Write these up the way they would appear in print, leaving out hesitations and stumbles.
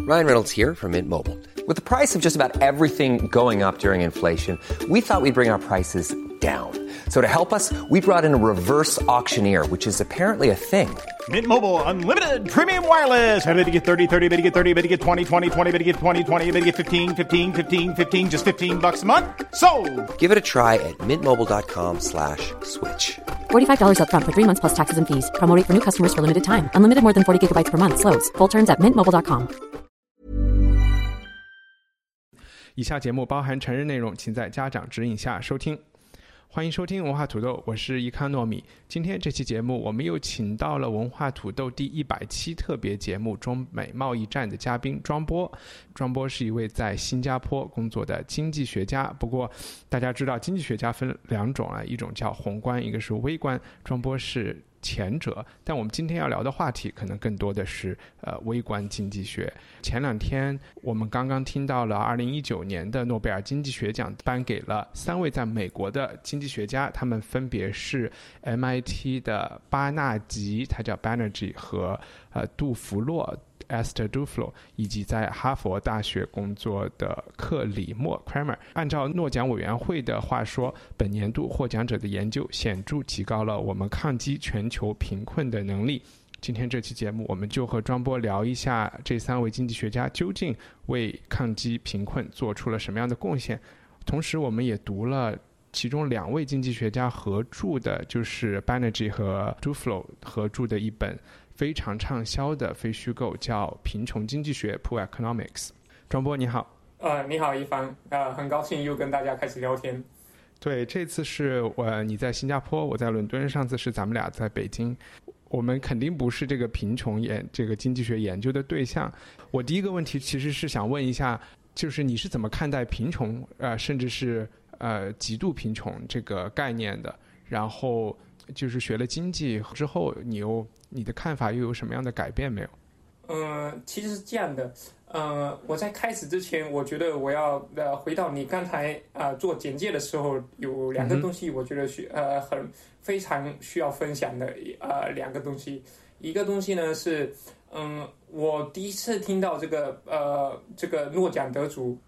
Ryan Reynolds here from Mint Mobile. With the price of just about everything going up during inflation, we thought we'd bring our prices down. So to help us, we brought in a reverse auctioneer, which is apparently a thing. Mint Mobile Unlimited Premium Wireless. How to get 30, 30, how to get 30, how to get 20, 20, 20, how to get 20, 20, how to get 15, 15, 15, 15, just $15 a month? Sold! Give it a try at mintmobile.com/switch. $45 up front for 3 months plus taxes and fees. Promo rate for new customers for limited time. Unlimited more than 40 gigabytes per month. Slows full terms at mintmobile.com. 以下节目包含成人内容，请在家长指引下收听。欢迎收听文化土豆，我是伊康糯米。今天这期节目我们又请到了文化土豆第100期特别节目中美贸易战的嘉宾庄波。庄波是一位在新加坡工作的经济学家，不过大家知道经济学家分2种啊，一种叫宏观，一个是微观。庄波是前者，但我们今天要聊的话题可能更多的是微观经济学。前2天我们刚刚听到了2019年的诺贝尔经济学奖颁给了3位在美国的经济学家，他们分别是 MIT 的巴纳吉，他叫 Banerjee， 和杜弗洛Esther Duflo， 以及在哈佛大学工作的克里默 Kramer。 按照诺奖委员会的话说，本年度获奖者的研究显著提高了我们抗击全球贫困的能力。今天这期节目我们就和庄波聊一下这3位经济学家究竟为抗击贫困做出了什么样的贡献，同时我们也读了其中2位经济学家合著的，就是 Banerjee 和 Duflo 合著的一本非常畅销的非虚构，叫《贫穷经济学 Poor Economics》。庄波你好。 你好一帆，很高兴又跟大家开始聊天。 对，这次是你在新加坡，我在伦敦，上次是咱们俩在北京。我们肯定不是这个贫穷这个经济学研究的对象。我第一个问题其实是想问一下，就是你是怎么看待贫穷甚至是极度贫穷这个概念的？然后就是学了经济之后，你的看法又有什么样的改变没有？ 其实是这样的，我在开始之前，我觉得我要回到你刚才做简介的时候，有2个东西，我觉得非常需要分享的2个东西。一个东西呢是，我第一次听到这个诺奖得主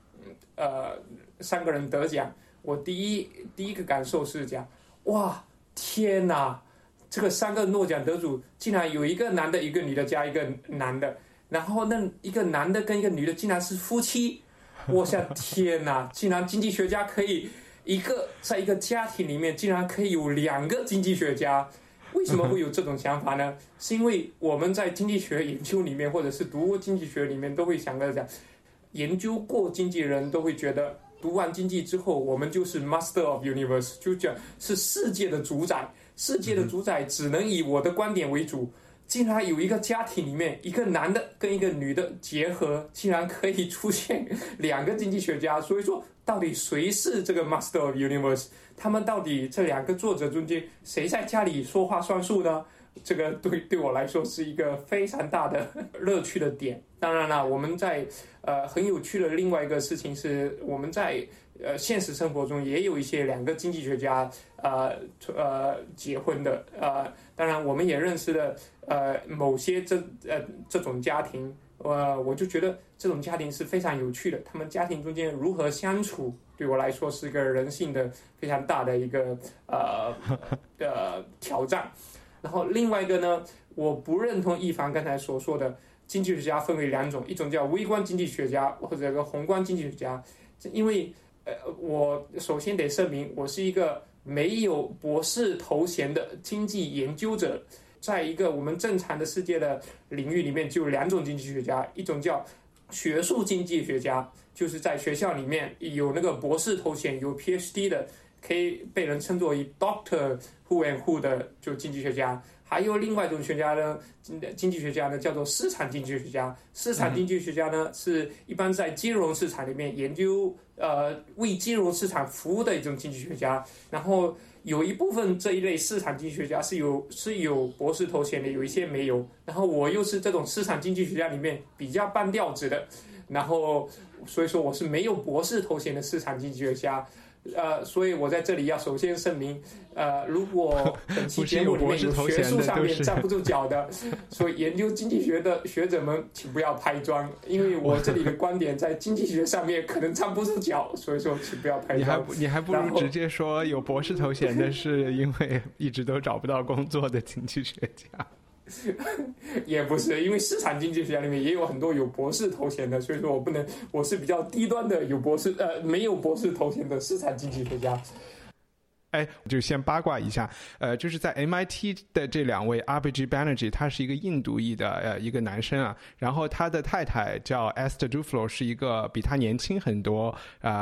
3个人得奖，我第一个感受是讲，哇，天哪！这个3个诺奖得主竟然有一个男的一个女的加一个男的，然后那一个男的跟一个女的竟然是夫妻。我想天哪，竟然经济学家可以在一个家庭里面竟然可以有2个经济学家。为什么会有这种想法呢？是因为我们在经济学研究里面，或者是读过经济学里面，都会想到讲，研究过经济人都会觉得，读完经济之后我们就是 Master of Universe， 就讲是世界的主宰，世界的主宰只能以我的观点为主。竟然有一个家庭里面，一个男的跟一个女的结合，竟然可以出现2个经济学家。所以说到底谁是这个 Master of Universe？ 他们到底这2个作者中间谁在家里说话算数呢？这个对我来说是一个非常大的乐趣的点。当然了，我们在很有趣的另外一个事情是，我们在现实生活中也有一些2个经济学家结婚的。当然我们也认识了某些这种家庭。我就觉得这种家庭是非常有趣的，他们家庭中间如何相处，对我来说是一个人性的非常大的一个挑战。然后另外一个呢，我不认同一凡刚才所说的经济学家分为2种，一种叫微观经济学家，或者一个宏观经济学家。因为我首先得声明，我是一个没有博士头衔的经济研究者。在一个我们正常的世界的领域里面，就有2种经济学家，一种叫学术经济学家，就是在学校里面有那个博士头衔，有 PhD 的，可以被人称作为 Doctor Who and Who 的就经济学家。还有另外一种学家呢，经济学家呢叫做市场经济学家。市场经济学家呢是一般在金融市场里面研究为金融市场服务的一种经济学家。然后有一部分这一类市场经济学家是有博士头衔的，有一些没有。然后我又是这种市场经济学家里面比较半吊子的，然后所以说我是没有博士头衔的市场经济学家。 所以我在这里要首先声明，如果本期节目里面有学术上面站不住脚的，所以研究经济学的学者们，请不要拍砖，因为我这里的观点在经济学上面可能站不住脚，所以说请不要拍砖。 你还不如直接说有博士头衔的是因为一直都找不到工作的经济学家。 也不是，因为市场经济学家里面也有很多有博士头衔的，所以说我是比较低端的没有博士头衔的市场经济学家。 就先八卦一下，就是在 MIT 的这2位 Abhijit Banerjee， 他是一个印度裔的一个男生啊，然后他的太太叫 Esther Duflo， 是一个比他年轻很多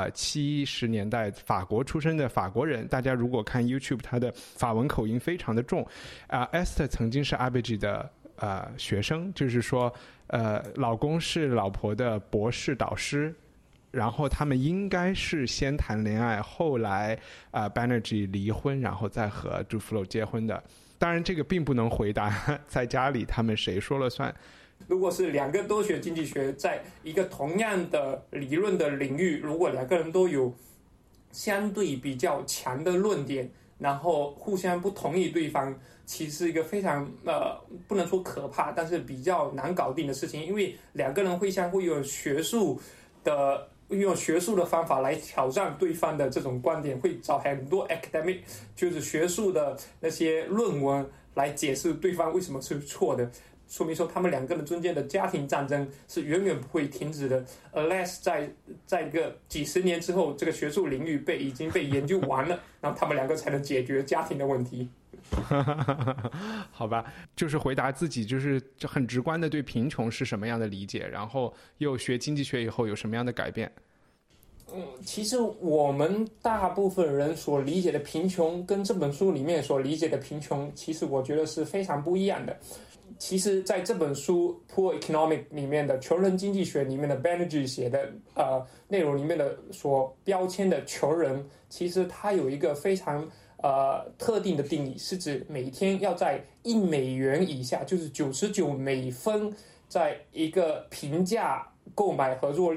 70年代法国出生的法国人。大家如果看 YouTube， 他的法文口音非常的重。Esther 曾经是 Abhijit 的学生，就是说老公是老婆的博士导师。然后他们应该是先谈恋爱，后来Banerjee 离婚，然后再和 Duflo 结婚的。当然这个并不能回答在家里他们谁说了算。 如果是2个都学经济学，在一个同样的理论的领域，如果2个人都有相对比较强的论点，然后互相不同意对方，其实是一个非常不能说可怕，但是比较难搞定的事情。因为2个人会相互用学术的方法来挑战对方的这种观点，会找很多 academic 就是学术的那些论文来解释对方为什么是错的，说明说他们2个人中间的家庭战争是远远不会停止的 unless 在一个几十年之后，这个学术领域已经被研究完了，然后他们2个才能解决家庭的问题。 好吧，就是回答自己就是很直观的对贫穷是什么样的理解，然后又学经济学以后有什么样的改变。 其实我们大部分人所理解的贫穷跟这本书里面所理解的贫穷，其实我觉得是非常不一样的。其实在这本书 Poor Economic 里面的穷人经济学里面的 Banerjee 写的内容里面的所标签的穷人，其实它有一个非常特定的定义，是指每天要在$1以下，就是99美分，在一个平价购买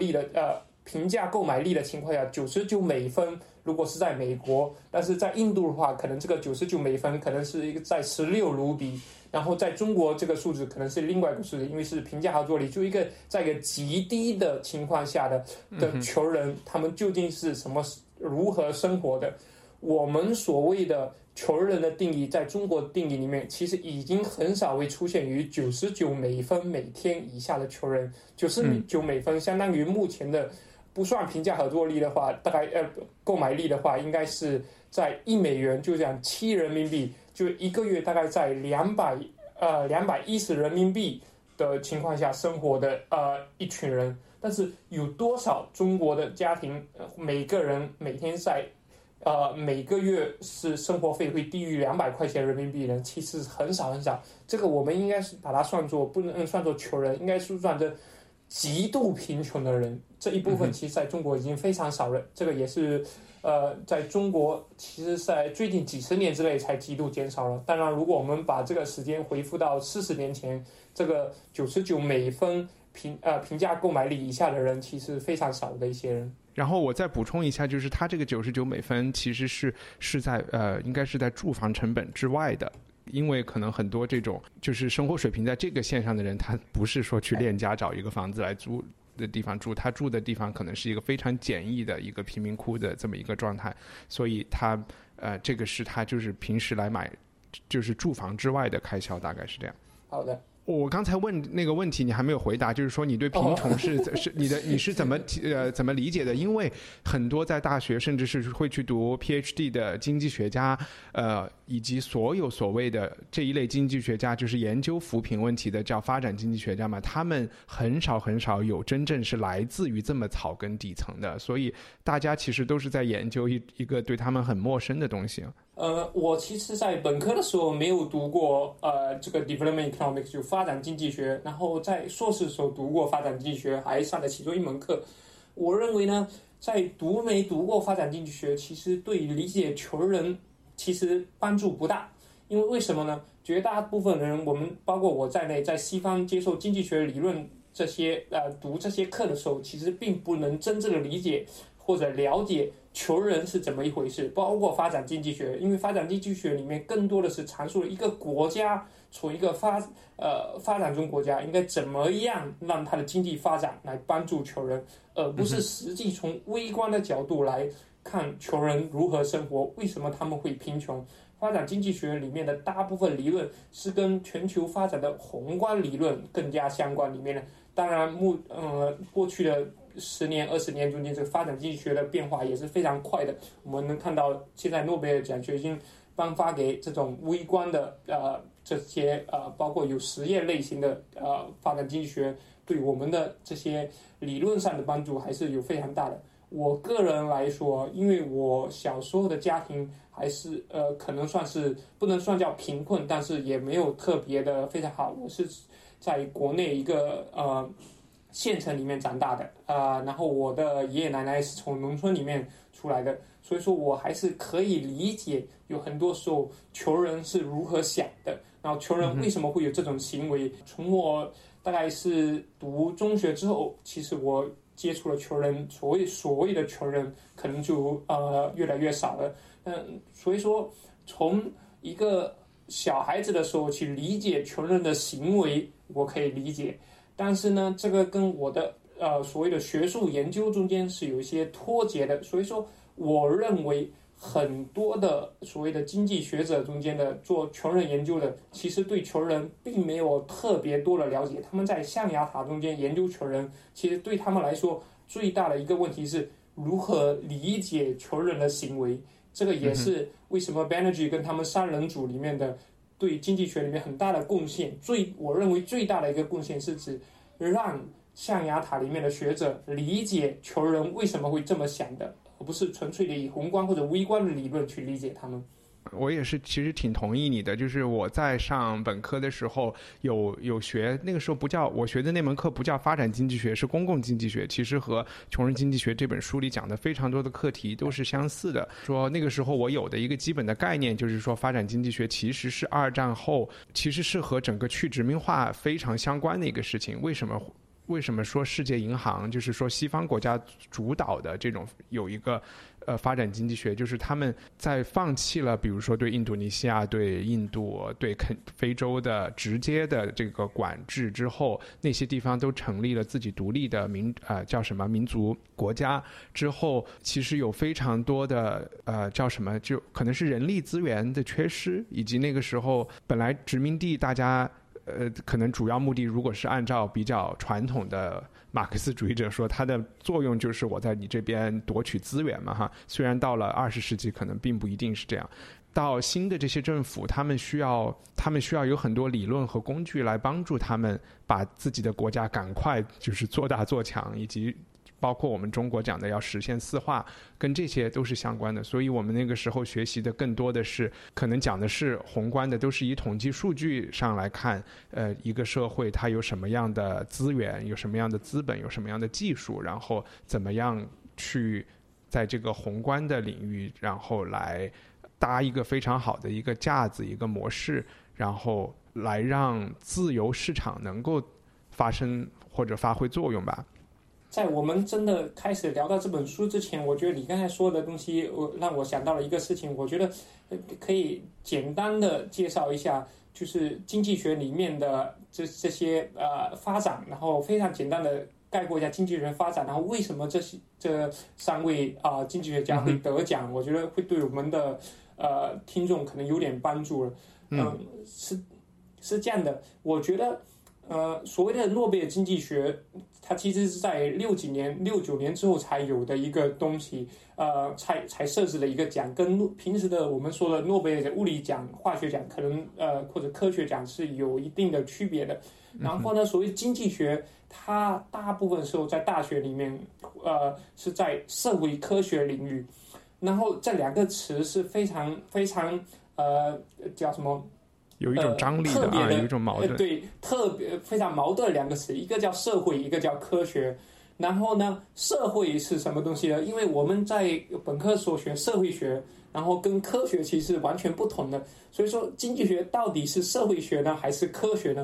力的情况下，99美分如果是在美国，但是在印度的话，可能这个99美分可能是一个在16卢比，然后在中国这个数字可能是另外一个数字，因为是平价合作力，就在一个极低的情况下的穷人，他们究竟是如何生活的？我们所谓的穷人的定义，在中国定义里面，其实已经很少会出现于99美分每天以下的穷人。99美分相当于目前的不算平价合作力的话，大概购买力的话，应该是在$1，就讲7人民币，就一个月大概在210人民币的情况下生活的一群人。但是有多少中国的家庭每个人每天在每个月是生活费会低于200块钱人民币呢？其实很少很少。这个我们应该是把它不能算作穷人，应该是算作极度贫穷的人。这一部分其实在中国已经非常少了，这个也是在中国其实在最近几十年之内才极度减少了。当然如果我们把这个时间回复到40年前，这个99美分平价购买力以下的人其实非常少的一些人。 然后我再补充一下，就是他这个99美分其实是在应该是在住房成本之外的，因为可能很多这种就是生活水平在这个线上的人，他不是说去链家找一个房子来租的地方住，他住的地方可能是一个非常简易的一个贫民窟的这么一个状态，所以他这个是他就是平时来买就是住房之外的开销，大概是这样。 好的。 我刚才问那个问题你还没有回答，就是说你对贫穷是你是怎么理解的？因为很多在大学甚至是会去读 PhD 的经济学家，以及所有所谓的这一类经济学家，就是研究扶贫问题的叫发展经济学家嘛，他们很少有真正是来自于这么草根底层的，所以大家其实都是在研究一个对他们很陌生的东西。 我其实在本科的时候没有读过这个 development economics 就发展经济学，然后在硕士的时候读过发展经济学，还上了其中一门课。我认为呢，在没读过发展经济学，其实对理解穷人其实帮助不大。因为什么呢？绝大部分人，我们包括我在内，在西方接受经济学理论这些读这些课的时候，其实并不能真正的理解或者了解求人是怎么一回事，包括发展经济学，因为发展经济学里面更多的是阐述了一个国家从一个发展中国家应该怎么样让它的经济发展来帮助穷人，而不是实际从微观的角度来看穷人如何生活，为什么他们会贫穷。发展经济学里面的大部分理论是跟全球发展的宏观理论更加相关里面的。当然过去的10年20年中间，这个发展经济学的变化也是非常快的。我们能看到现在诺贝尔奖学金颁发给这种微观的这些包括有实验类型的发展经济学，对我们的这些理论上的帮助还是有非常大的。我个人来说，因为我小时候的家庭还是可能算是不能算叫贫困，但是也没有特别的非常好。我是在国内一个县城里面长大的然后我的爷爷奶奶是从农村里面出来的，所以说我还是可以理解有很多时候穷人是如何想的，然后穷人为什么会有这种行为。从我大概是读中学之后，其实我接触了穷人，所谓的穷人可能就越来越少了。所以说从一个小孩子的时候去理解穷人的行为，我可以理解，但是呢，这个跟我的所谓的学术研究中间是有一些脱节的。所以说，我认为很多的所谓的经济学者中间的做穷人研究的，其实对穷人并没有特别多的了解。他们在象牙塔中间研究穷人，其实对他们来说最大的一个问题是如何理解穷人的行为。这个也是为什么 Banerjee 跟他们3人组里面的对经济学里面很大的贡献。我认为最大的一个贡献是指让象牙塔里面的学者理解穷人为什么会这么想的，而不是纯粹的以宏观或者微观的理论去理解他们。 我也是其实挺同意你的，就是我在上本科的时候有学，那个时候我学的那门课不叫发展经济学，是公共经济学，其实和穷人经济学这本书里讲的非常多的课题都是相似的。说那个时候我有的一个基本的概念就是说，发展经济学其实是2战后其实是和整个去殖民化非常相关的一个事情。为什么说世界银行就是说西方国家主导的这种有一个发展经济学，就是他们在放弃了比如说对印度尼西亚、对印度、对非洲的直接的这个管制之后，那些地方都成立了自己独立的民族国家之后，其实有非常多的就可能是人力资源的缺失，以及那个时候本来殖民地大家可能主要目的如果是按照比较传统的马克思主义者说，它的作用就是我在你这边夺取资源嘛哈。虽然到了20世纪可能并不一定是这样，到新的这些政府他们需要有很多理论和工具来帮助他们把自己的国家赶快就是做大做强，以及包括我们中国讲的要实现4化，跟这些都是相关的。所以我们那个时候学习的更多的是可能讲的是宏观的，都是以统计数据上来看一个社会它有什么样的资源，有什么样的资本，有什么样的技术，然后怎么样去在这个宏观的领域然后来搭一个非常好的一个架子，一个模式，然后来让自由市场能够发生或者发挥作用吧。 在我们真的开始聊到这本书之前，我觉得你刚才说的东西让我想到了一个事情，我觉得可以简单的介绍一下，就是经济学里面的这些发展，然后非常简单的概括一下经济学发展，然后为什么这3位经济学家会得奖，我觉得会对我们的听众可能有点帮助了。是这样的，我觉得所谓的诺贝尔经济学，它其实是在69年之后才有的一个东西，才设置的一个奖，跟平时的我们说的诺贝尔物理奖、化学奖可能或者科学奖是有一定的区别的。然后呢，所谓经济学，它大部分时候在大学里面是在社会科学领域，然后这2个词是非常非常叫什么？ 有一种张力的有一种矛盾， 对，特别非常矛盾的2个词，一个叫社会，一个叫科学。然后呢，社会是什么东西呢？因为我们在本科所学社会学，然后跟科学其实是完全不同的。所以说，经济学到底是社会学呢，还是科学呢？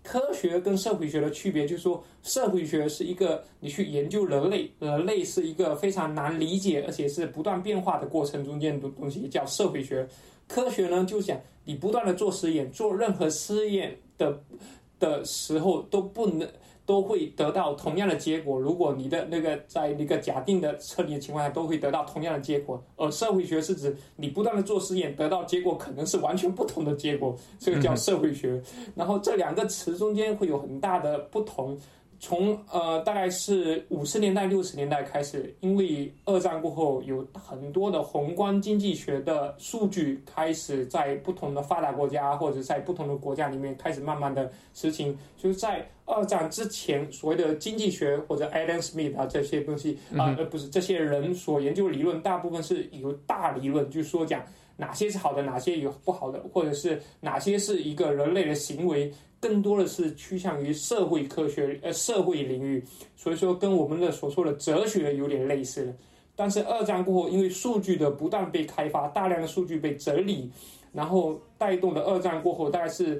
科学跟社会学的区别就是说，社会学是一个你去研究人类，人类是一个非常难理解而且是不断变化的过程中间的东西，叫社会学。科学呢，就讲你不断的做实验，做任何实验的时候都会得到同样的结果。如果你的那个在那个假定的测定的情况下，都会得到同样的结果。而社会学是指你不断的做实验，得到结果可能是完全不同的结果，所以叫社会学。然后这两个词中间会有很大的不同。从大概是50年代60年代开始，因为二战过后有很多的宏观经济学的数据开始在不同的发达国家或者在不同的国家里面开始慢慢的实行。就是在二战之前，所谓的经济学或者 Adam Smith 啊这些东西不是这些人所研究理论，大部分是有大理论，就是说讲哪些是好的，哪些有不好的，或者是哪些是一个人类的行为，更多的是趋向于社会科学社会领域，所以说跟我们的所说的哲学有点类似的。但是二战过后，因为数据的不断被开发，大量的数据被整理，然后带动的二战过后，大概是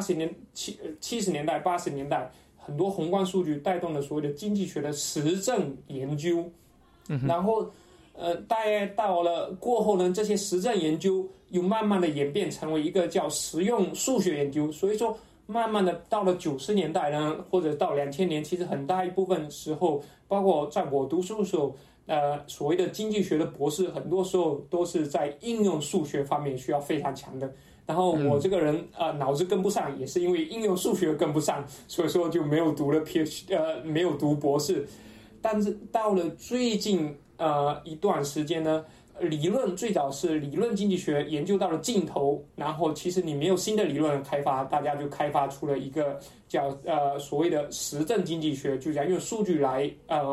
70年代80年代，很多宏观数据带动了所谓的经济学的实证研究，然后大概到了过后呢，这些实证研究又慢慢的演变成为一个叫实用数学研究。所以说慢慢的到了90年代呢，或者到2000年，其实很大一部分时候，包括在我读书的时候，所谓的经济学的博士，很多时候都是在应用数学方面需要非常强的。然后我这个人脑子跟不上，也是因为应用数学跟不上，所以说就没有读了没有读博士。但是到了最近一段时间呢，理论最早是理论经济学研究到了尽头，然后其实你没有新的理论开发，大家就开发出了一个叫所谓的实证经济学，就讲用数据来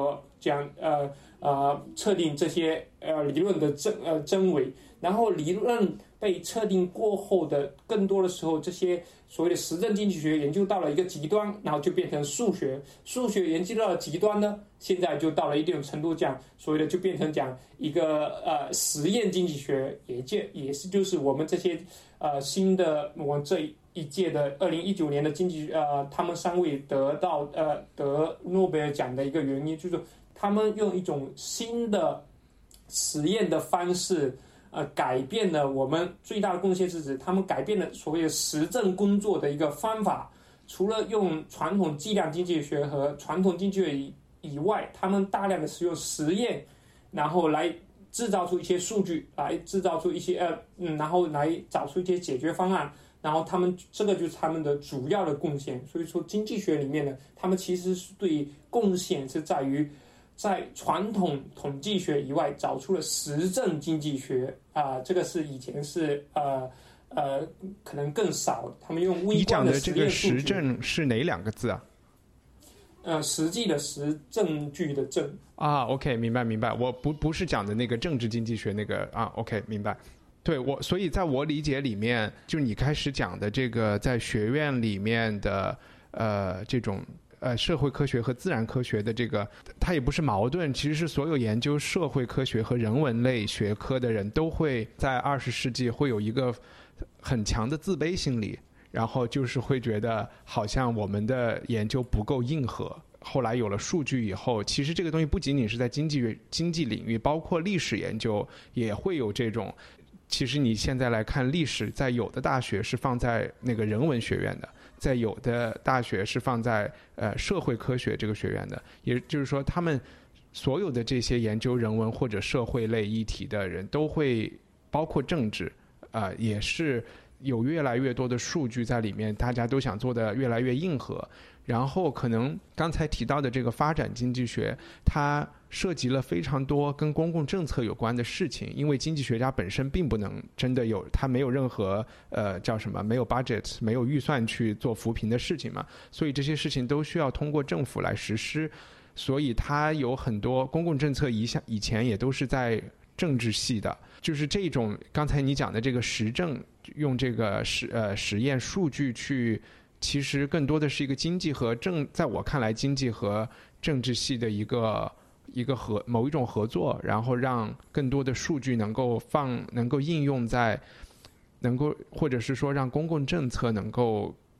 测定这些理论的真伪。然后理论被测定过后的更多的时候，这些所谓的实证经济学研究到了一个极端，然后就变成数学研究到了极端呢，现在就到了一定程度讲所谓的就变成讲一个实验经济学，也是就是我们这些新的我们这一届的2019年的经济他们3位得诺贝尔奖的一个原因，就是他们用一种新的实验的方式改变了我们最大的贡献是指他们改变了所谓的实证工作的一个方法。除了用传统计量经济学和传统经济学以外，他们大量的使用实验，然后来制造出一些数据，来制造出一些然后来找出一些解决方案，然后他们这个就是他们的主要的贡献。所以说经济学里面呢，他们其实是对贡献是在于在传统统计学以外找出了实证经济学这个是以前是可能更少，他们用微观的实验数据。你讲的这个实证是哪2个字啊？实际的实，证据的证 OK， 明白，我不是讲的那个政治经济学那个OK， 明白。对，所以在我理解里面，就你开始讲的这个在学院里面的这种社会科学和自然科学的这个，它也不是矛盾，其实是所有研究社会科学和人文类学科的人都会在20世纪会有一个很强的自卑心理，然后就是会觉得好像我们的研究不够硬核。后来有了数据以后，其实这个东西不仅仅是在经济领域，包括历史研究也会有这种。其实你现在来看历史，在有的大学是放在那个人文学院的，在有的大学是放在社会科学这个学院的，也就是说他们所有的这些研究人文或者社会类议题的人都会包括政治也是有越来越多的数据在里面，大家都想做的越来越硬核。然后可能刚才提到的这个发展经济学，它涉及了非常多跟公共政策有关的事情，因为经济学家本身并不能真的他没有任何没有 budget 没有预算去做扶贫的事情嘛，所以这些事情都需要通过政府来实施，所以它有很多公共政策以前也都是在政治系的，就是这种刚才你讲的这个实证，用这个实验数据去。其实更多的是一个经济和在我看来，经济和政治系的一个某一种合作，然后让更多的数据能够应用在，或者是说让公共政策能够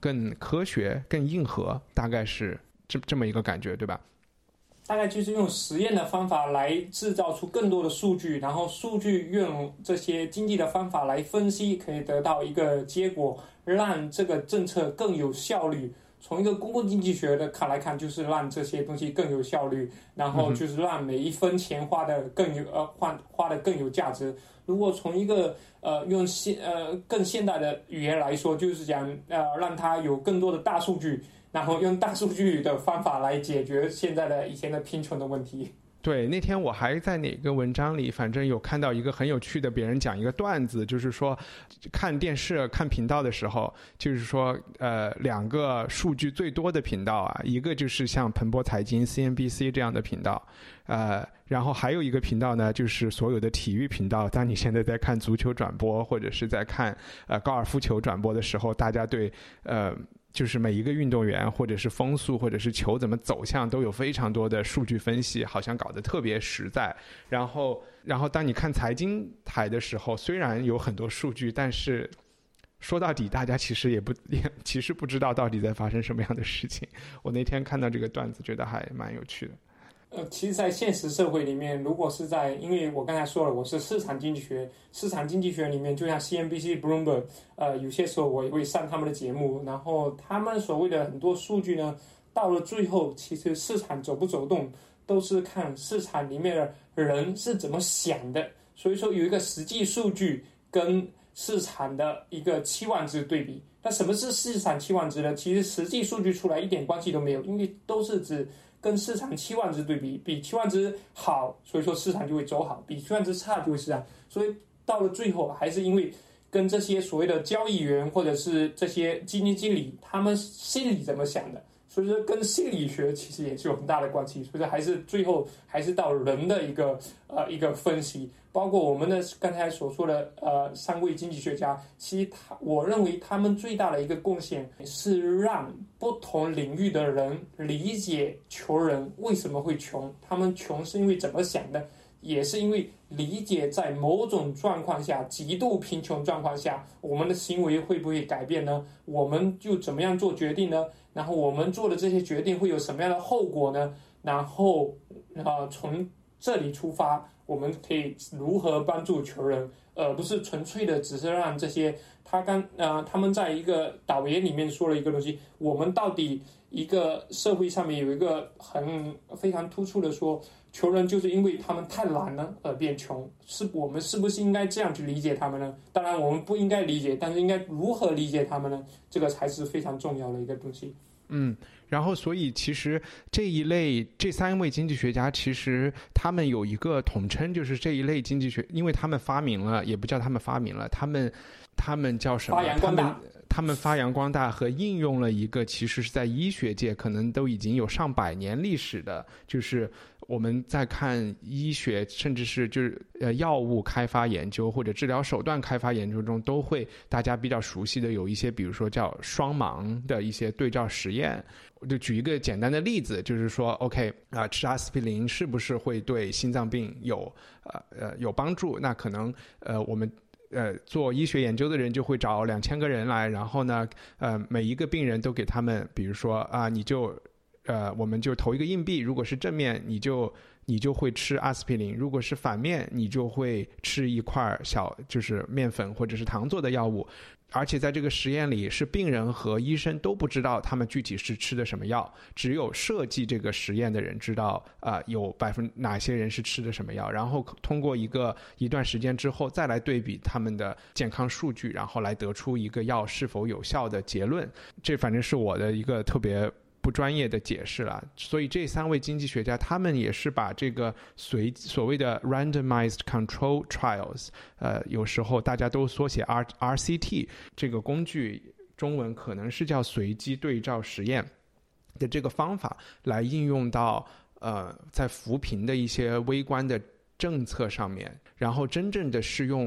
更科学、更硬核，大概是这么一个感觉，对吧？ 大概就是用实验的方法来制造出更多的数据，然后数据用这些经济的方法来分析，可以得到一个结果，让这个政策更有效率。从一个公共经济学的看来看，就是让这些东西更有效率，然后就是让每一分钱花的更有花的更有价值。如果从一个用更现代的语言来说，就是讲让它有更多的大数据，然后用大数据的方法来解决现在的以前的贫穷的问题。 对，那天我还在哪个文章里，反正有看到一个很有趣的，别人讲一个段子，就是说看电视看频道的时候，就是说两个数据最多的频道啊，一个就是像彭博财经 CNBC 这样的频道，然后还有一个频道呢，就是所有的体育频道。当你现在在看足球转播或者是在看高尔夫球转播的时候，大家对就是每一个运动员或者是风速或者是球怎么走向都有非常多的数据分析，好像搞得特别实在。然后当你看财经台的时候，虽然有很多数据，但是说到底大家其实不知道到底在发生什么样的事情。我那天看到这个段子觉得还蛮有趣的。 其实在现实社会里面，如果是因为我刚才说了我是市场经济学里面，就像 CNBC、Bloomberg， 有些时候我也会上他们的节目，然后他们所谓的很多数据呢，到了最后其实市场走不走动都是看市场里面的人是怎么想的，所以说有一个实际数据跟市场的一个期望值对比。那什么是市场期望值呢？其实实际数据出来一点关系都没有，因为都是指跟市场期望值对比，比期望值好，所以说市场就会走好；比期望值差就会市场。所以到了最后，还是因为跟这些所谓的交易员或者是这些基金经理他们心里怎么想的，所以说跟心理学其实也是有很大的关系。所以说最后还是到人的一个分析。包括我们的刚才所说的3位经济学家，其实我认为他们最大的一个贡献是让不同领域的人理解穷人为什么会穷，他们穷是因为怎么想的，也是因为理解在某种状况下，极度贫穷状况下，我们的行为会不会改变呢？我们就怎么样做决定呢？然后我们做的这些决定会有什么样的后果呢？然后从这里出发，我们可以如何帮助穷人，不是纯粹的只是让这些他们在一个导言里面说了一个东西，我们到底一个社会上面有一个非常突出的说，穷人就是因为他们太懒了而变穷，我们是不是应该这样去理解他们呢？当然我们不应该理解，但是应该如何理解他们呢？这个才是非常重要的一个东西。 然后所以其实这3位经济学家，其实他们有一个统称，就是这一类经济学，因为他们发明了，也不叫他们发明了，他们叫什么？ 发扬光大。 他们发扬光大和应用了一个其实是在医学界可能都已经有上百年历史的，就是我们在看医学甚至是药物开发研究或者治疗手段开发研究中，都会大家比较熟悉的有一些，比如说叫双盲的一些对照实验。我就举一个简单的例子，就是说 OK 吃阿司匹林是不是会对心脏病有帮助？那可能我们做医学研究的人就会找2000个人来，然后呢每一个病人都给他们，比如说我们就投一个硬币，如果是正面你就会吃阿司匹林，如果是反面你就会吃一块就是面粉或者是糖做的药物。而且在这个实验里，是病人和医生都不知道他们具体是吃的什么药，只有设计这个实验的人知道有哪些人是吃的什么药，然后通过一段时间之后再来对比他们的健康数据，然后来得出一个药是否有效的结论。这反正是我的一个特别不专业的解释了。所以这3位经济学家他们也是把这个所谓的 randomized control trials， 有时候大家都缩写 RCT 这个工具，中文可能是叫随机对照实验的这个方法来应用到在扶贫的一些微观的政策上面，然后真正的是用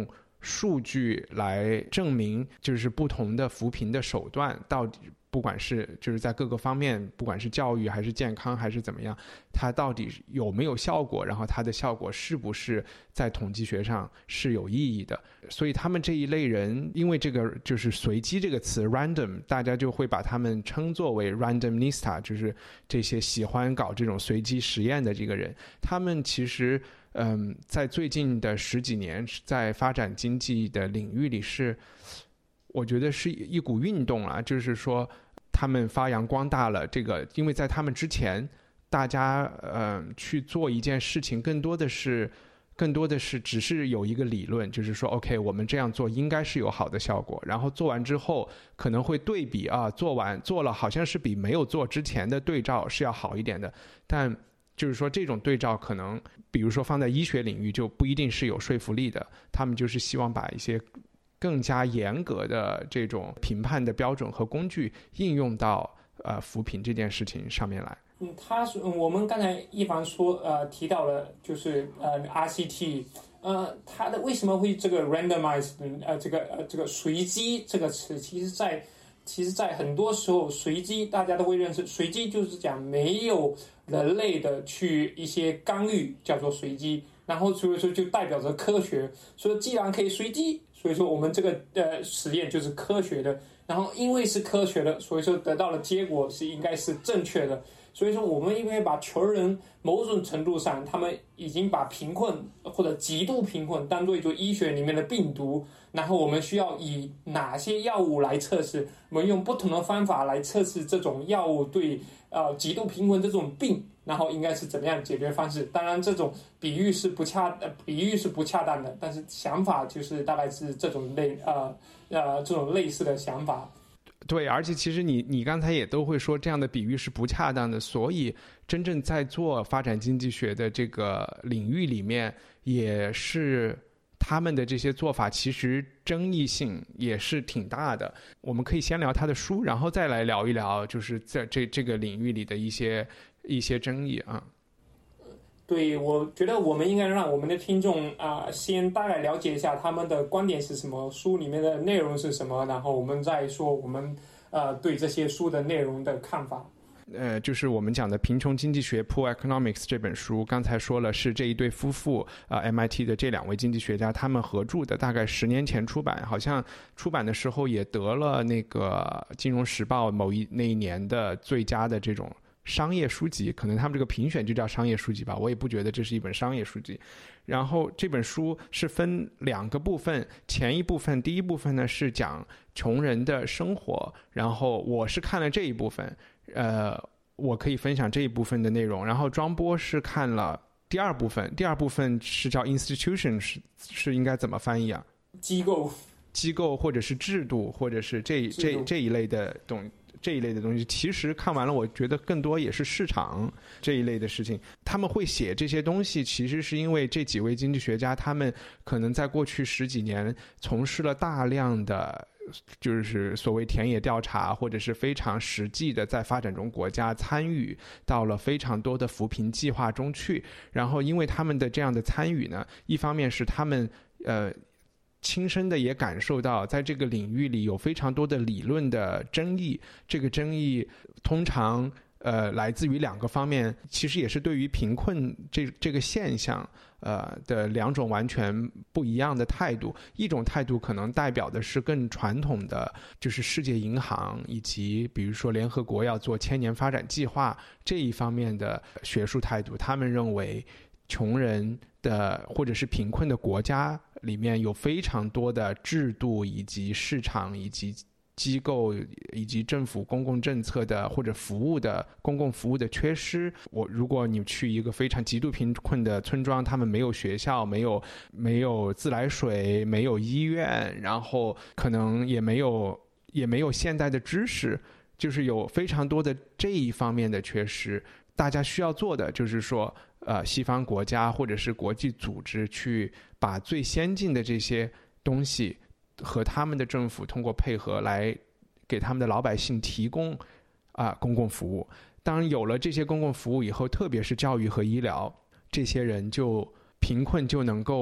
数据来证明，就是不同的扶贫的手段到底，不管是就是在各个方面，不管是教育还是健康还是怎么样，它到底有没有效果，然后它的效果是不是在统计学上是有意义的。所以他们这一类人，因为这个就是随机这个词 random， 大家就会把他们称作为 randomnista， 就是这些喜欢搞这种随机实验的这个人。他们其实在最近的10几年，在发展经济的领域里我觉得是一股运动啊，就是说他们发扬光大了这个，因为在他们之前，大家去做一件事情，更多的是只是有一个理论，就是说 OK， 我们这样做应该是有好的效果，然后做完之后可能会对比啊，做了好像是比没有做之前的对照是要好一点的，但就是说这种对照可能比如说放在医学领域就不一定是有说服力的，他们就是希望把一些更加严格的这种评判的标准和工具应用到扶贫这件事情上面来。 我们刚才一凡提到了就是RCT， 它的为什么会这个 randomized 这个随机这个词，其实在很多时候随机大家都会认识，随机就是讲没有人类的去一些干预叫做随机，然后所以说就代表着科学，所以既然可以随机，所以说我们这个实验就是科学的，然后因为是科学的，所以说得到的结果是应该是正确的。所以说我们因为把穷人某种程度上他们已经把贫困或者极度贫困当作一种医学里面的病毒，然后我们需要以哪些药物来测试，我们用不同的方法来测试这种药物对极度贫困这种病，然后应该是怎么样的解决方式。当然这种比喻是不恰当的，但是想法就是大概是这种类似的想法。 对，而且其实你刚才也都会说这样的比喻是不恰当的，所以真正在做发展经济学的这个领域里面，也是他们的这些做法其实争议性也是挺大的。我们可以先聊他的书，然后再来聊一聊就是在这个领域里的一些争议啊。 对，我觉得我们应该让我们的听众先大概了解一下他们的观点是什么，书里面的内容是什么，然后我们再说我们对这些书的内容的看法。 就是我们讲的《贫穷经济学 Poor Economics》这本书，刚才说了是这一对夫妇MIT 的这2位经济学家他们合著的，大概10年前出版，好像出版的时候也得了那个《金融时报》那一年的最佳的这种商业书籍，可能他们这个评选就叫商业书籍吧，我也不觉得这是一本商业书籍。然后这本书是分2个部分，第一部分呢是讲穷人的生活，然后我是看了这一部分，我可以分享这一部分的内容。然后庄波是看了第二部分是叫 institution， 是应该怎么翻译啊？ 机构或者是制度，或者是这一类的东西，其实看完了我觉得更多也是市场这一类的事情。他们会写这些东西，其实是因为这几位经济学家他们可能在过去10几年从事了大量的就是所谓田野调查，或者是非常实际的在发展中国家参与到了非常多的扶贫计划中去。然后因为他们的这样的参与呢，一方面是他们亲身的也感受到在这个领域里有非常多的理论的争议，这个争议通常来自于2个方面，其实也是对于贫困这个现象的2种完全不一样的态度。一种态度可能代表的是更传统的，就是世界银行以及比如说联合国要做1000年发展计划这一方面的学术态度，他们认为穷人的或者是贫困的国家里面有非常多的制度以及市场以及机构以及政府公共政策的或者公共服务的缺失。如果你去一个非常极度贫困的村庄，他们没有学校，没有自来水，没有医院，然后可能也没有现代的知识，就是有非常多的这一方面的缺失。大家需要做的就是说西方国家或者是国际组织去把最先进的这些东西和他们的政府通过配合来给他们的老百姓提供公共服务。当然有了这些公共服务以后，特别是教育和医疗，这些人贫困就能够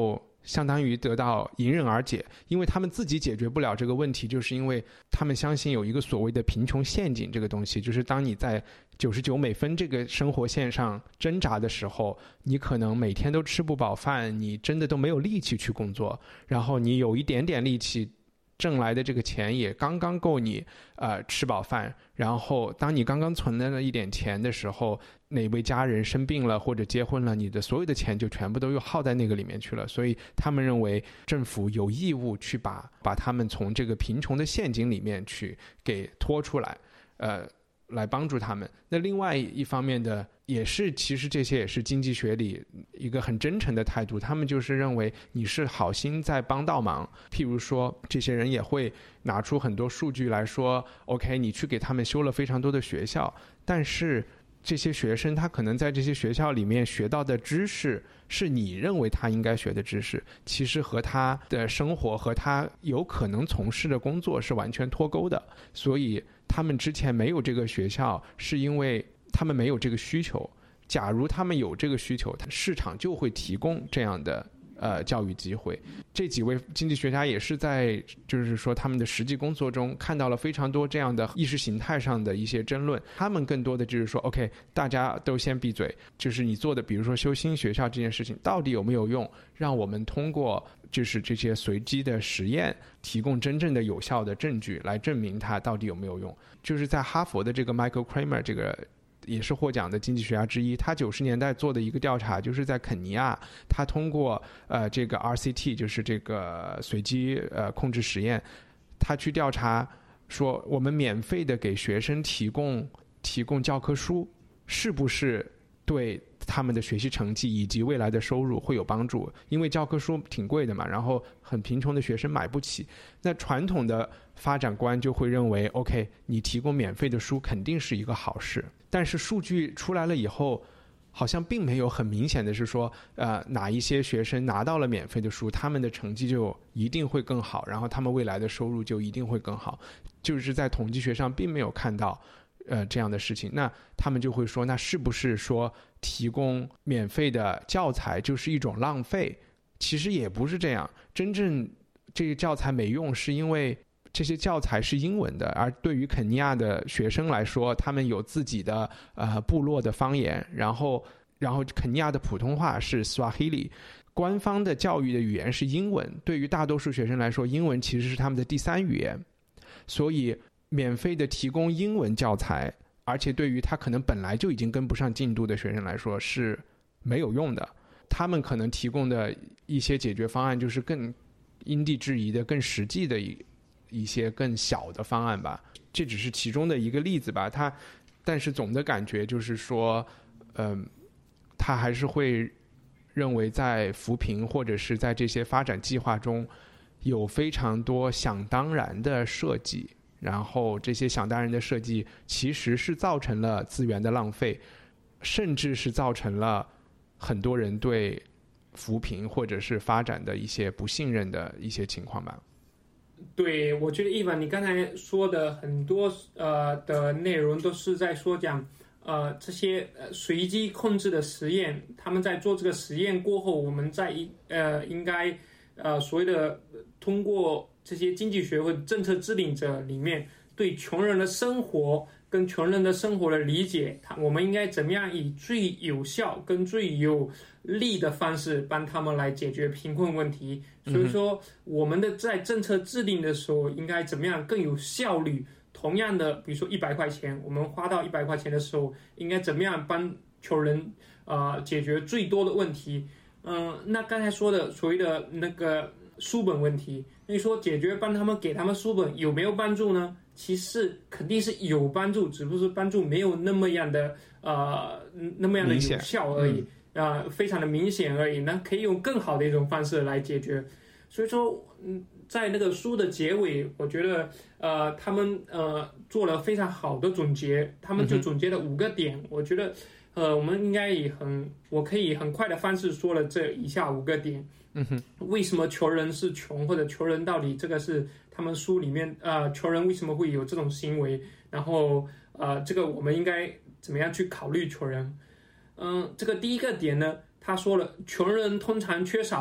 相当于得到迎刃而解，因为他们自己解决不了这个问题，就是因为他们相信有一个所谓的贫穷陷阱这个东西，就是当你在99美分这个生活线上挣扎的时候，你可能每天都吃不饱饭，你真的都没有力气去工作，然后你有一点点力气挣来的这个钱也刚刚够你吃饱饭，然后当你刚刚存了一点钱的时候，哪位家人生病了或者结婚了，你的所有的钱就全部都又耗在那个里面去了。所以他们认为政府有义务去把他们从这个贫穷的陷阱里面去给拖出来，来帮助他们。那另外一方面的也是，其实这些也是经济学里一个很真诚的态度，他们就是认为你是好心在帮倒忙。譬如说这些人也会拿出很多数据来说 OK 你去给他们修了非常多的学校，但是这些学生他可能在这些学校里面学到的知识是你认为他应该学的知识，其实和他的生活和他有可能从事的工作是完全脱钩的。所以他们之前没有这个学校是因为他们没有这个需求，假如他们有这个需求，市场就会提供这样的教育机会。这几位经济学家也是在就是说他们的实际工作中看到了非常多这样的意识形态上的一些争论，他们更多的就是说 OK 大家都先闭嘴，就是你做的比如说修新学校这件事情到底有没有用，让我们通过就是这些随机的实验提供真正的有效的证据来证明它到底有没有用。就是在哈佛的这个 Michael Kramer 这个也是获奖的经济学家之一，他90年代做的一个调查，就是在肯尼亚，他通过这个 RCT 就是这个随机控制实验，他去调查说我们免费的给学生提供教科书是不是对他们的学习成绩以及未来的收入会有帮助，因为教科书挺贵的嘛，然后很贫穷的学生买不起。那传统的发展观就会认为 OK 你提供免费的书肯定是一个好事，但是数据出来了以后好像并没有很明显的是说哪一些学生拿到了免费的书他们的成绩就一定会更好，然后他们未来的收入就一定会更好，就是在统计学上并没有看到这样的事情。那他们就会说，那是不是说提供免费的教材就是一种浪费？其实也不是这样，真正这个教材没用是因为这些教材是英文的，而对于肯尼亚的学生来说，他们有自己的部落的方言，然后肯尼亚的普通话是 Swahili， 官方的教育的语言是英文，对于大多数学生来说，英文其实是他们的第三语言，所以免费的提供英文教材，而且对于他可能本来就已经跟不上进度的学生来说是没有用的。他们可能提供的一些解决方案就是更因地制宜的、更实际的一些更小的方案吧，这只是其中的一个例子吧。但是总的感觉就是说，他还是会认为在扶贫或者是在这些发展计划中有非常多想当然的设计，然后这些想当然的设计其实是造成了资源的浪费，甚至是造成了很多人对扶贫或者是发展的一些不信任的一些情况吧。 对，我觉得一凡你刚才说的很多的内容都是在说讲这些随机控制的实验，他们在做这个实验过后，我们在应该所谓的通过这些经济学或者政策制定者里面对穷人的生活跟穷人的生活的理解，我们应该怎么样以最有效跟最有利的方式帮他们来解决贫困问题。所以说我们的在政策制定的时候应该怎么样更有效率，同样的比如说100块钱，我们花到100块钱的时候应该怎么样帮穷人解决最多的问题。那刚才说的所谓的那个书本问题，你说解决帮他们给他们书本有没有帮助呢？其实肯定是有帮助，只不过是帮助没有那么样的有效而已，非常的明显而已。那可以用更好的一种方式来解决。所以说在那个书的结尾，我觉得他们做了非常好的总结，他们就总结了5个点。我觉得我们应该我可以很快的方式说了这以下5个点。为什么穷人是穷，或者穷人到底这个是他们书里面穷人为什么会有这种行为，然后这个我们应该怎么样去考虑穷人。这个第一个点呢，他说了穷人通常缺少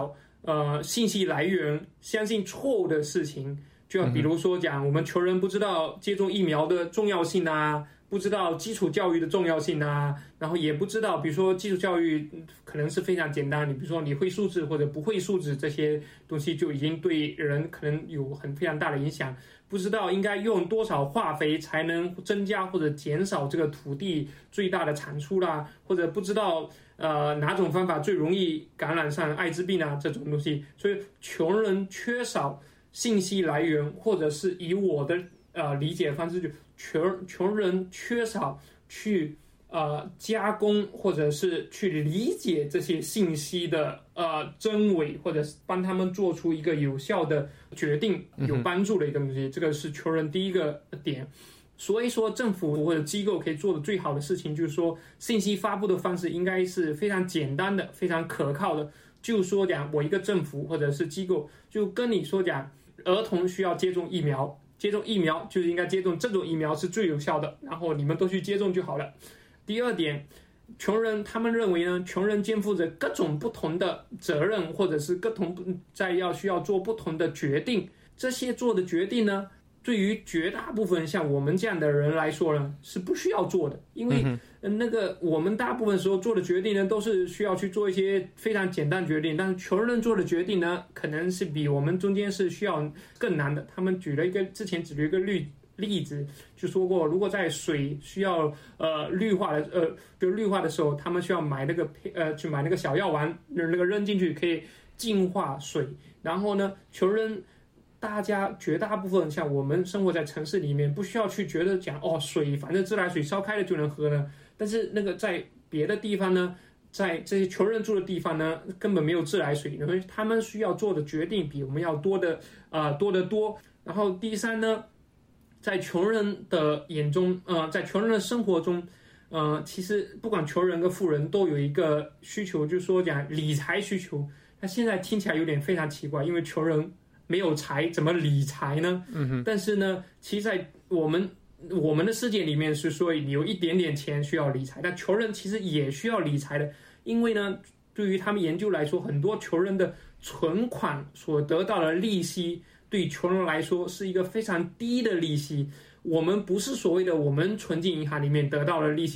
信息来源，相信错误的事情，就比如说讲我们穷人不知道接种疫苗的重要性啊，不知道基础教育的重要性啊，然后也不知道比如说基础教育可能是非常简单，你比如说你会数字或者不会数字，这些东西就已经对人可能有非常大的影响，不知道应该用多少化肥才能增加或者减少这个土地最大的产出啦，或者不知道哪种方法最容易感染上艾滋病啊这种东西。所以穷人缺少信息来源，或者是以我的理解方式，就穷人缺少去加工或者是去理解这些信息的真伪，或者是帮他们做出一个有效的决定，有帮助的一个东西。这个是穷人第一个点。所以说政府或者机构可以做的最好的事情，就是说信息发布的方式应该是非常简单的，非常可靠的。就说讲我一个政府或者是机构就跟你说讲儿童需要接种疫苗，接种疫苗就是应该接种这种疫苗是最有效的，然后你们都去接种就好了。第二点，穷人他们认为呢，穷人肩负着各种不同的责任，或者是需要做不同的决定，这些做的决定呢，对于绝大部分像我们这样的人来说呢，是不需要做的，因为我们大部分时候做的决定呢，都是需要去做一些非常简单决定，但是穷人做的决定呢，可能是比我们中间是需要更难的。他们之前举了一个例子，就说过，如果在水需要绿化的时候，他们需要买那个小药丸，那个扔进去可以净化水。然后呢，穷人绝大部分像我们生活在城市里面，不需要去觉得讲水反正自来水烧开了就能喝呢。但是那个在别的地方呢，在这些穷人住的地方呢，根本没有自来水，所以他们需要做的决定比我们要多得多。然后第三呢，在穷人的眼中，在穷人的生活中，其实不管穷人跟富人都有一个需求，就是说讲理财需求。那现在听起来有点非常奇怪，因为穷人没有财，怎么理财呢？但是呢，其实在我们的世界里面是说你有一点点钱需要理财，但穷人其实也需要理财的，因为呢，对于他们研究来说，很多穷人的存款所得到的利息，对穷人来说是一个非常低的利息。我们不是所谓的我们存进银行里面得到的利息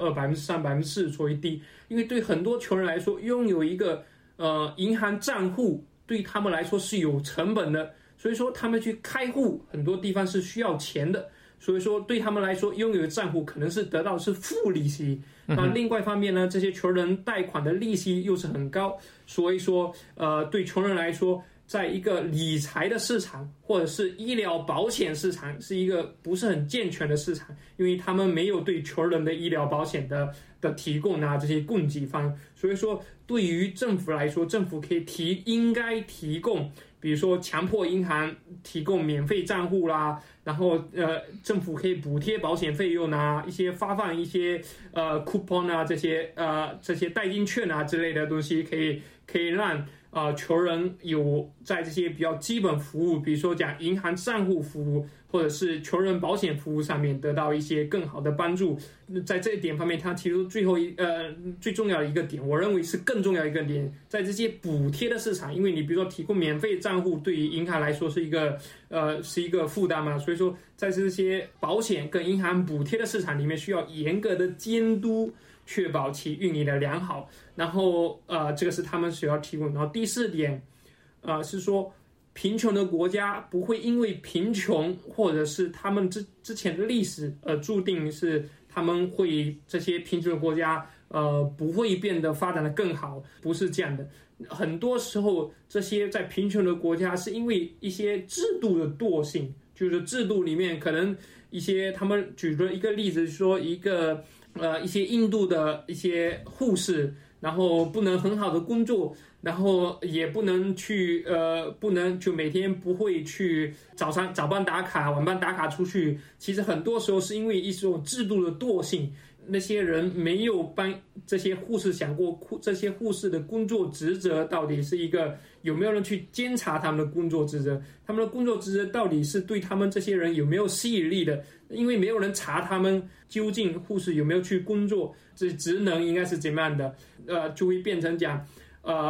2%、3%、4%所谓低，因为对很多穷人来说，拥有一个银行账户对他们来说是有成本的，所以说他们去开户很多地方是需要钱的，所以说对他们来说拥有账户可能是得到的是负利息。那另外一方面呢，这些穷人贷款的利息又是很高，所以说对穷人来说，在一个理财的市场或者是医疗保险市场是一个不是很健全的市场，因为他们没有对穷人的医疗保险的提供啊这些供给方。所以说对于政府来说，政府应该提供，比如说强迫银行提供免费账户啦，然后政府可以补贴保险费用啊，发放一些coupon 啊，这些代金券啊之类的东西，可以让穷人有在这些比较基本服务，比如说讲银行账户服务或者是穷人保险服务上面得到一些更好的帮助。在这一点方面，他提出最重要的一个点，我认为是更重要一个点，在这些补贴的市场，因为你比如说提供免费账户对于银行来说是一个负担嘛，所以说在这些保险跟银行补贴的市场里面需要严格的监督，确保其运营的良好。然后这个是他们需要提供。然后第四点是说，贫穷的国家不会因为贫穷或者是他们之前的历史注定是他们会这些贫穷的国家不会变得发展的更好，不是这样的。很多时候这些在贫穷的国家是因为一些制度的惰性，就是制度里面可能他们举了一个例子，说一些印度的一些护士，然后不能很好的工作，然后也不能就每天不会去早班打卡晚班打卡出去。其实很多时候是因为一种制度的惰性，那些人没有帮这些护士想过这些护士的工作职责到底是一个有没有人去监察他们的工作职责，他们的工作职责到底是对他们这些人有没有吸引力的，因为没有人查他们究竟护士有没有去工作，这职能应该是怎么样的，就会变成讲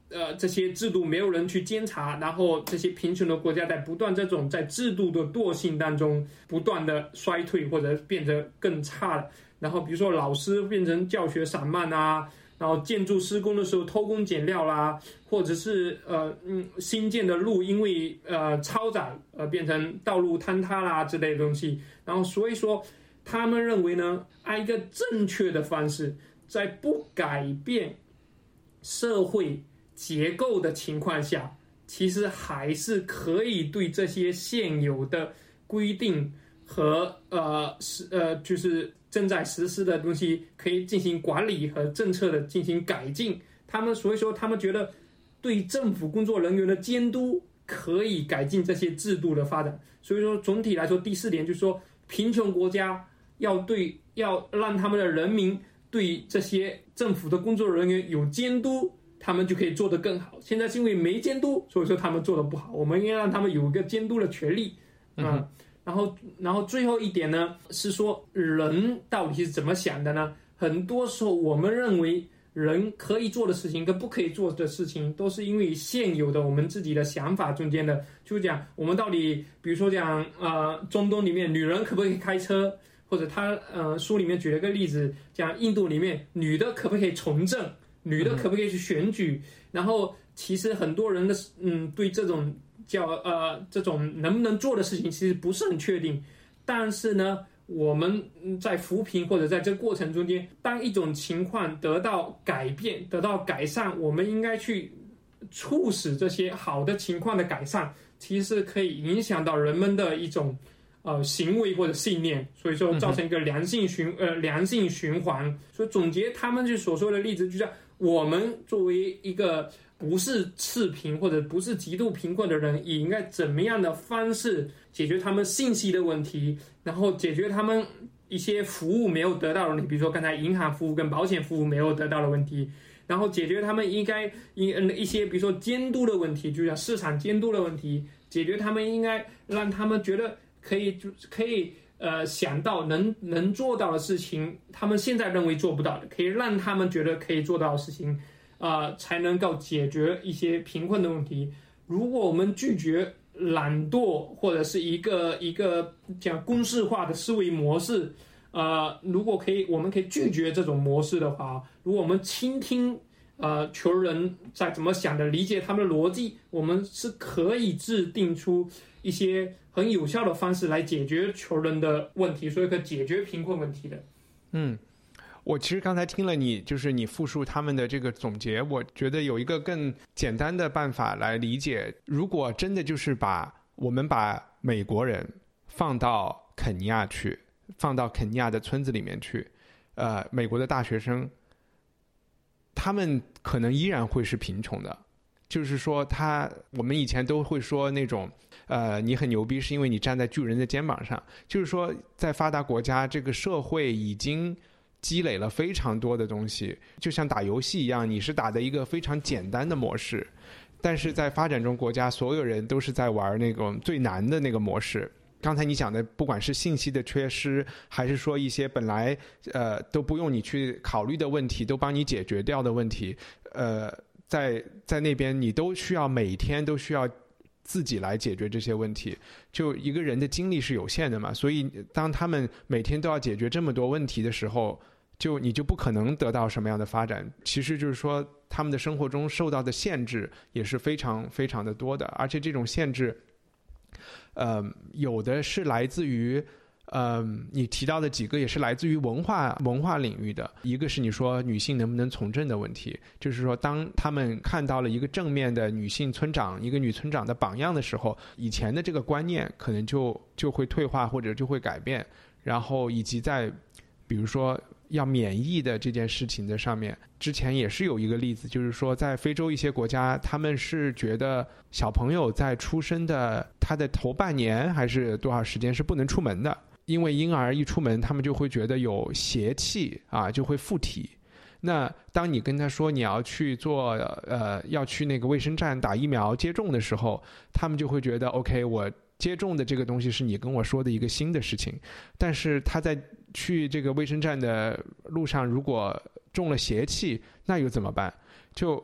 这些制度没有人去监察，然后这些贫穷的国家在不断这种在制度的惰性当中不断的衰退或者变得更差了。然后比如说老师变成教学散漫啊，然后建筑施工的时候偷工减料啦，或者是新建的路因为超载变成道路坍塌啦之类的东西。然后所以说他们认为呢，按一个正确的方式，在不改变社会结构的情况下，其实还是可以对这些现有的规定和就是正在实施的东西可以进行管理和政策的进行改进。所以说他们觉得对政府工作人员的监督可以改进这些制度的发展。所以说总体来说，第4点就是说，贫穷国家要让他们的人民对这些政府的工作人员有监督，他们就可以做得更好。现在是因为没监督，所以说他们做得不好，我们应该让他们有一个监督的权利。然后最后一点呢，是说人到底是怎么想的呢？很多时候我们认为人可以做的事情跟不可以做的事情，都是因为现有的我们自己的想法中间的。就讲我们到底，比如说讲中东里面女人可不可以开车，或者他书里面举了个例子，讲印度里面女的可不可以从政，女的可不可以去选举。然后其实很多人的对这种这种能不能做的事情其实不是很确定。但是呢，我们在扶贫或者在这个过程中间，当一种情况得到改变得到改善，我们应该去促使这些好的情况的改善，其实可以影响到人们的一种行为或者信念，所以说造成一个良性循环。所以总结他们所说的例子，就是我们作为一个不是次贫或者不是极度贫困的人，也应该怎么样的方式解决他们信息的问题，然后解决他们一些服务没有得到的问题，比如说刚才银行服务跟保险服务没有得到的问题，然后解决他们应该一些比如说监督的问题，就像市场监督的问题，解决他们应该让他们觉得可以想到能做到的事情，他们现在认为做不到的，可以让他们觉得可以做到的事情，才能够解决一些贫困的问题。如果我们拒绝懒惰或者是一个讲公式化的思维模式，如果我们可以拒绝这种模式的话，如果我们倾听求人在怎么想的，理解他们的逻辑，我们是可以制定出一些很有效的方式来解决求人的问题，所以可以解决贫困问题的。 我其实刚才听了你复述他们的这个总结，我觉得有一个更简单的办法来理解。如果真的就是我们把美国人放到肯尼亚去，放到肯尼亚的村子里面去，美国的大学生，他们可能依然会是贫穷的。就是说我们以前都会说那种你很牛逼是因为你站在巨人的肩膀上，就是说在发达国家这个社会已经积累了非常多的东西，就像打游戏一样，你是打的一个非常简单的模式，但是在发展中国家所有人都是在玩那种最难的那个模式。刚才你讲的不管是信息的缺失，还是说一些本来都不用你去考虑的问题都帮你解决掉的问题，在那边你都需要每天都需要自己来解决这些问题。就一个人的精力是有限的嘛，所以当他们每天都要解决这么多问题的时候，你就不可能得到什么样的发展。其实就是说他们的生活中受到的限制也是非常非常的多的，而且这种限制有的是来自于你提到的几个也是来自于文化领域的。一个是你说女性能不能从政的问题，就是说当他们看到了一个正面的女性村长，一个女村长的榜样的时候，以前的这个观念可能就会退化或者就会改变。然后以及在比如说要免疫的这件事情的上面，之前也是有一个例子，就是说在非洲一些国家，他们是觉得小朋友在出生的他的头半年还是多少时间是不能出门的，因为婴儿一出门他们就会觉得有邪气就会附体。那当你跟他说你要去要去那个卫生站打疫苗接种的时候，他们就会觉得 OK， 我接种的这个东西是你跟我说的一个新的事情。但是他在去这个卫生站的路上如果中了邪气，那又怎么办？就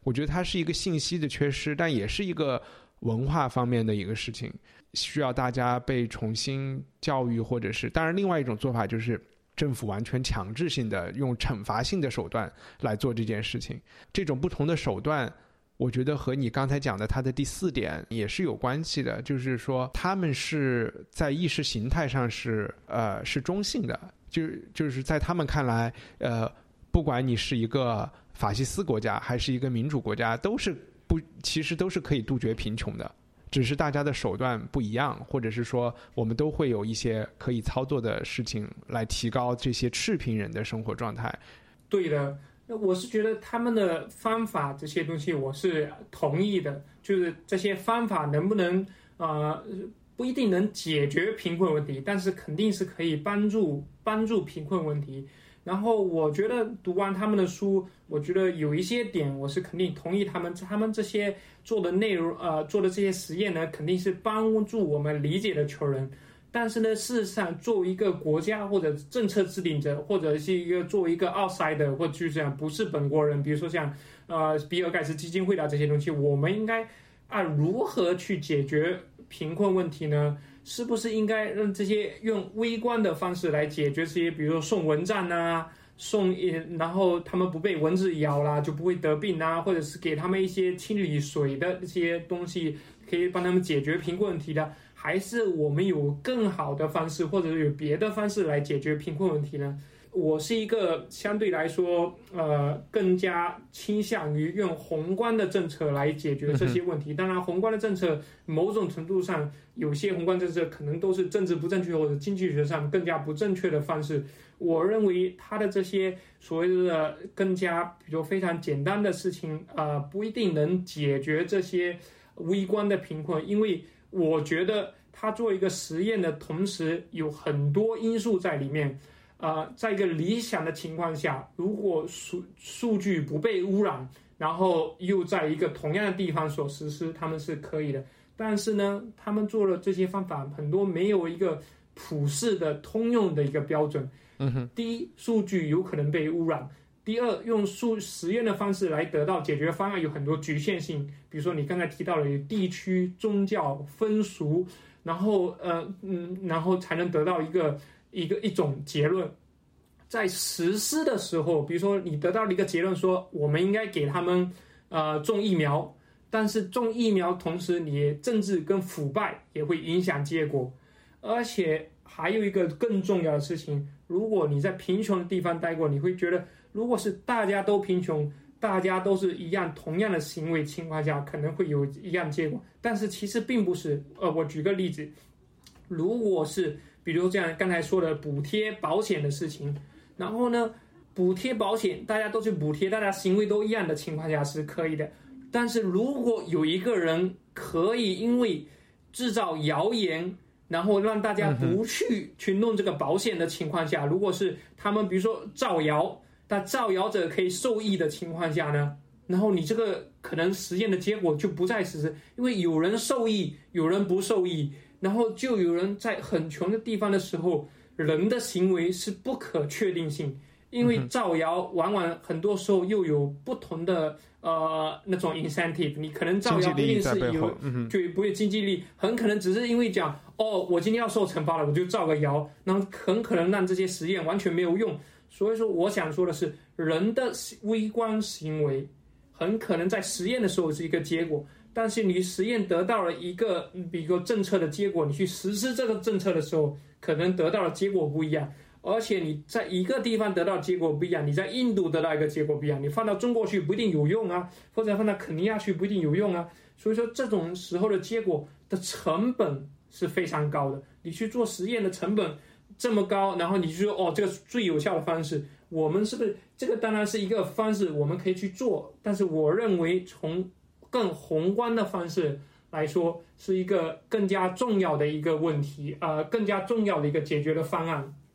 我觉得它是一个信息的缺失，但也是一个文化方面的一个事情，需要大家被重新教育，或者是当然另外一种做法就是政府完全强制性的用惩罚性的手段来做这件事情。这种不同的手段我觉得和你刚才讲的它的第4点也是有关系的，就是说他们是在意识形态上是中性的，就是在他们看来不管你是一个法西斯国家还是一个民主国家，其实都是可以杜绝贫穷的，只是大家的手段不一样，或者是说我们都会有一些可以操作的事情来提高这些赤贫人的生活状态。 对的，我是觉得他们的方法这些东西我是同意的，就是这些方法能不能不一定能解决贫困问题，但是肯定是可以帮助贫困问题。然后我觉得读完他们的书，我觉得有一些点我是肯定同意他们这些做的内容做的这些实验呢，肯定是帮助我们理解的穷人。但是呢，事实上作为一个国家或者政策制定者，或者是作为一个 outsider 或者就是讲不是本国人，比如说像比尔盖茨基金会的这些东西，我们应该如何去解决贫困问题呢？是不是应该让这些用微观的方式来解决这些，比如说送蚊帐啊，然后他们不被蚊子咬啦，就不会得病啊，或者是给他们一些清理水的这些东西，可以帮他们解决贫困问题的？还是我们有更好的方式，或者有别的方式来解决贫困问题呢？我是一个相对来说更加倾向于用宏观的政策来解决这些问题。当然宏观的政策某种程度上，有些宏观政策可能都是政治不正确或者经济学上更加不正确的方式。我认为他的这些所谓的更加比如非常简单的事情不一定能解决这些微观的贫困，因为我觉得他做一个实验的同时有很多因素在里面。在一个理想的情况下，如果数据不被污染，然后又在一个同样的地方所实施，他们是可以的。但是呢，他们做了这些方法，很多没有一个普世的通用的一个标准。第一，数据有可能被污染；第二，用实验的方式来得到解决方案有很多局限性，比如说你刚才提到了有地区、宗教、风俗，然后才能得到一种结论。在实施的时候，比如说你得到了一个结论说我们应该给他们种疫苗，但是种疫苗同时你政治跟腐败也会影响结果。而且还有一个更重要的事情，如果你在贫穷的地方待过，你会觉得如果是大家都贫穷，大家都是一样同样的行为情况下，可能会有一样结果。但是其实并不是。我举个例子，如果是比如这样刚才说的补贴保险的事情，然后呢补贴保险大家都去补贴，大家行为都一样的情况下是可以的。但是如果有一个人可以因为制造谣言，然后让大家不去弄这个保险的情况下，如果是他们比如说造谣，但造谣者可以受益的情况下呢，然后你这个可能实验的结果就不再实施，因为有人受益有人不受益，然后就有人在很穷的地方的时候，人的行为是不可确定性，因为造谣往往很多时候又有不同的那种 incentive， 你可能造谣不一定是有就不会经济利益，很可能只是因为讲我今天要受惩罚了，我就造个谣，然后很可能让这些实验完全没有用。所以说我想说的是，人的微观行为很可能在实验的时候是一个结果，但是你实验得到了一个比如政策的结果，你去实施这个政策的时候，可能得到的结果不一样。而且你在一个地方得到的结果不一样，你在印度得到一个结果不一样，你放到中国去不一定有用啊，或者放到肯尼亚去不一定有用啊。所以说这种时候的结果的成本是非常高的，你去做实验的成本这么高，然后你就说这个是最有效的方式，我们是不是这个当然是一个方式我们可以去做，但是我认为从更宏观的方式来说是一个更加重要的一个问题，更加重要的一个解决的方案。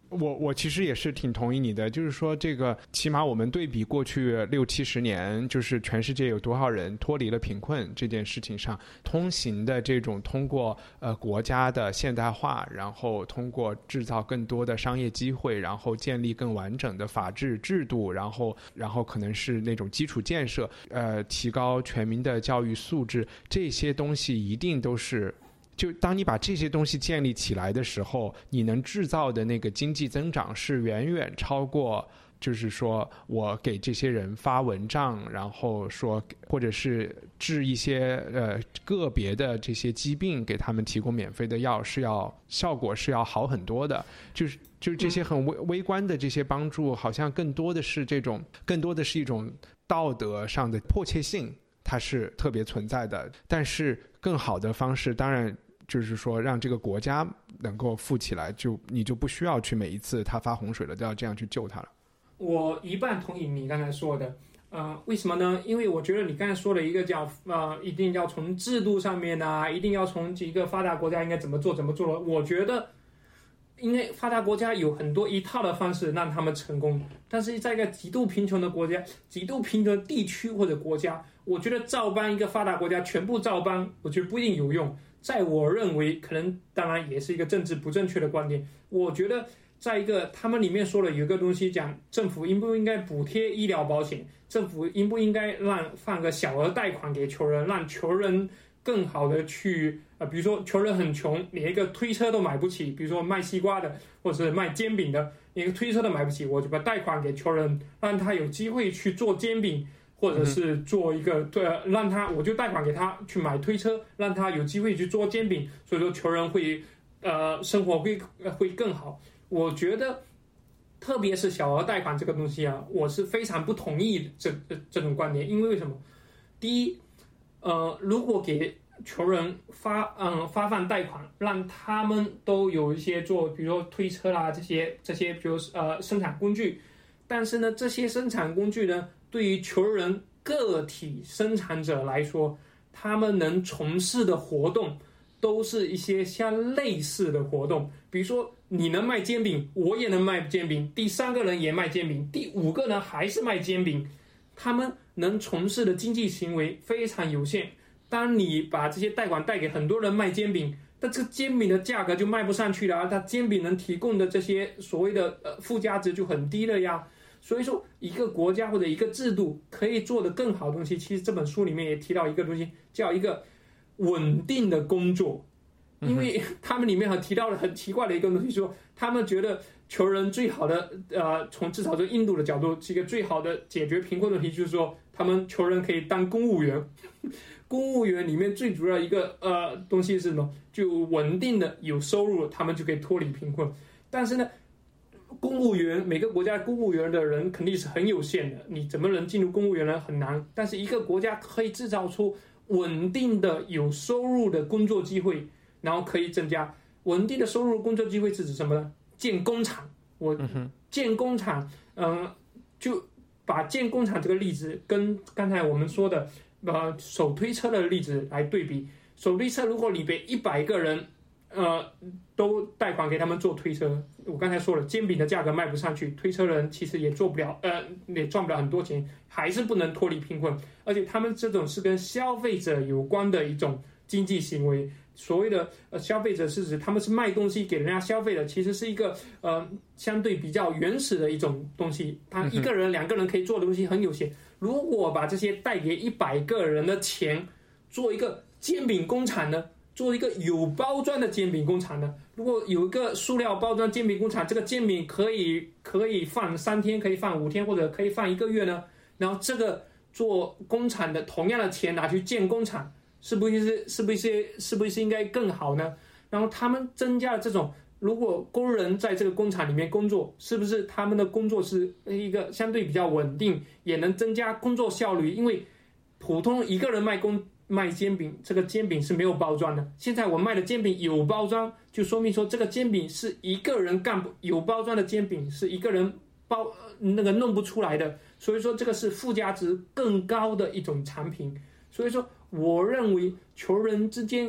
我其实也是挺同意你的，就是说这个起码我们对比过去60-70年，就是全世界有多少人脱离了贫困这件事情上，通行的这种通过国家的现代化，然后通过制造更多的商业机会，然后建立更完整的法治制度，然后可能是那种基础建设，提高全民的教育素质，这些东西一定都是。就当你把这些东西建立起来的时候，你能制造的那个经济增长是远远超过，就是说我给这些人发文章，然后说或者是治一些个别的这些疾病，给他们提供免费的药，效果是要好很多的。就是这些很微观的这些帮助，好像更多的是一种道德上的迫切性，它是特别存在的。但是更好的方式，当然。就是说让这个国家能够富起来，你就不需要去每一次他发洪水了都要这样去救他了。 我一半同意你刚才说的，为什么呢？因为我觉得你刚才说的一个叫一定要从制度上面啊，一定要从几个发达国家应该怎么做了。我觉得因为发达国家有很多一套的方式让他们成功，但是在一个极度贫穷的国家、极度贫穷的地区或者国家，我觉得照搬一个发达国家全部照搬，我觉得不一定有用。在我认为，可能当然也是一个政治不正确的观点。我觉得，在一个他们里面说了有一个东西讲，政府应不应该补贴医疗保险，政府应不应该放个小额贷款给穷人，让穷人更好的去比如说穷人很穷，连一个推车都买不起，比如说卖西瓜的或者是卖煎饼的，连一个推车都买不起，我就把贷款给穷人，让他有机会去做煎饼。或者是做一个我就贷款给他去买推车，让他有机会去做煎饼，所以说穷人会生活会更好。我觉得特别是小额贷款这个东西啊，我是非常不同意这种观点。因为为什么？第一，如果给穷人发放贷款，让他们都有一些做，比如说推车啦这些，比如生产工具，但是呢，这些生产工具呢，对于穷人个体生产者来说，他们能从事的活动都是一些相类似的活动。比如说你能卖煎饼，我也能卖煎饼，第三个人也卖煎饼，第五个人还是卖煎饼，他们能从事的经济行为非常有限。当你把这些贷款贷给很多人卖煎饼，但这个煎饼的价格就卖不上去了，它煎饼能提供的这些所谓的附加值就很低了呀。所以说一个国家或者一个制度可以做得更好的东西，其实这本书里面也提到一个东西，叫一个稳定的工作。因为他们里面还提到了很奇怪的一个东西，说他们觉得穷人最好的从至少从印度的角度是一个最好的解决贫困问题，就是说他们穷人可以当公务员。公务员里面最主要一个东西是什么？就稳定的有收入，他们就可以脱离贫困。但是呢，公务员每个国家公务员的人肯定是很有限的，你怎么能进入公务员呢？很难。但是一个国家可以制造出稳定的有收入的工作机会，然后可以增加稳定的收入工作机会是指什么呢？建工厂。建工厂，就把建工厂这个例子跟刚才我们说的手推车的例子来对比。手推车如果你被100个人都贷款给他们做推车，我刚才说了，煎饼的价格卖不上去，推车人其实也做不了，也赚不了很多钱，还是不能脱离贫困。而且他们这种是跟消费者有关的一种经济行为。所谓的消费者是指他们是卖东西给人家消费的，其实是一个相对比较原始的一种东西。他一个人、2个人可以做的东西很有限。如果把这些带给100个人的钱做一个煎饼工厂呢，做一个有包装的煎饼工厂呢，如果有一个塑料包装煎饼工厂，这个煎饼可以放3天，可以放5天，或者可以放1个月呢，然后这个做工厂的同样的钱拿去建工厂，是不是应该更好呢？然后他们增加了这种，如果工人在这个工厂里面工作，是不是他们的工作是一个相对比较稳定，也能增加工作效率？因为普通一个人卖煎饼，这个煎饼是没有包装的。现在我卖的煎饼有包装，就说明说这个煎饼是一个人干，有包装的煎饼是一个人弄不出来的。所以说这个是附加值更高的一种产品。所以说我认为穷人之间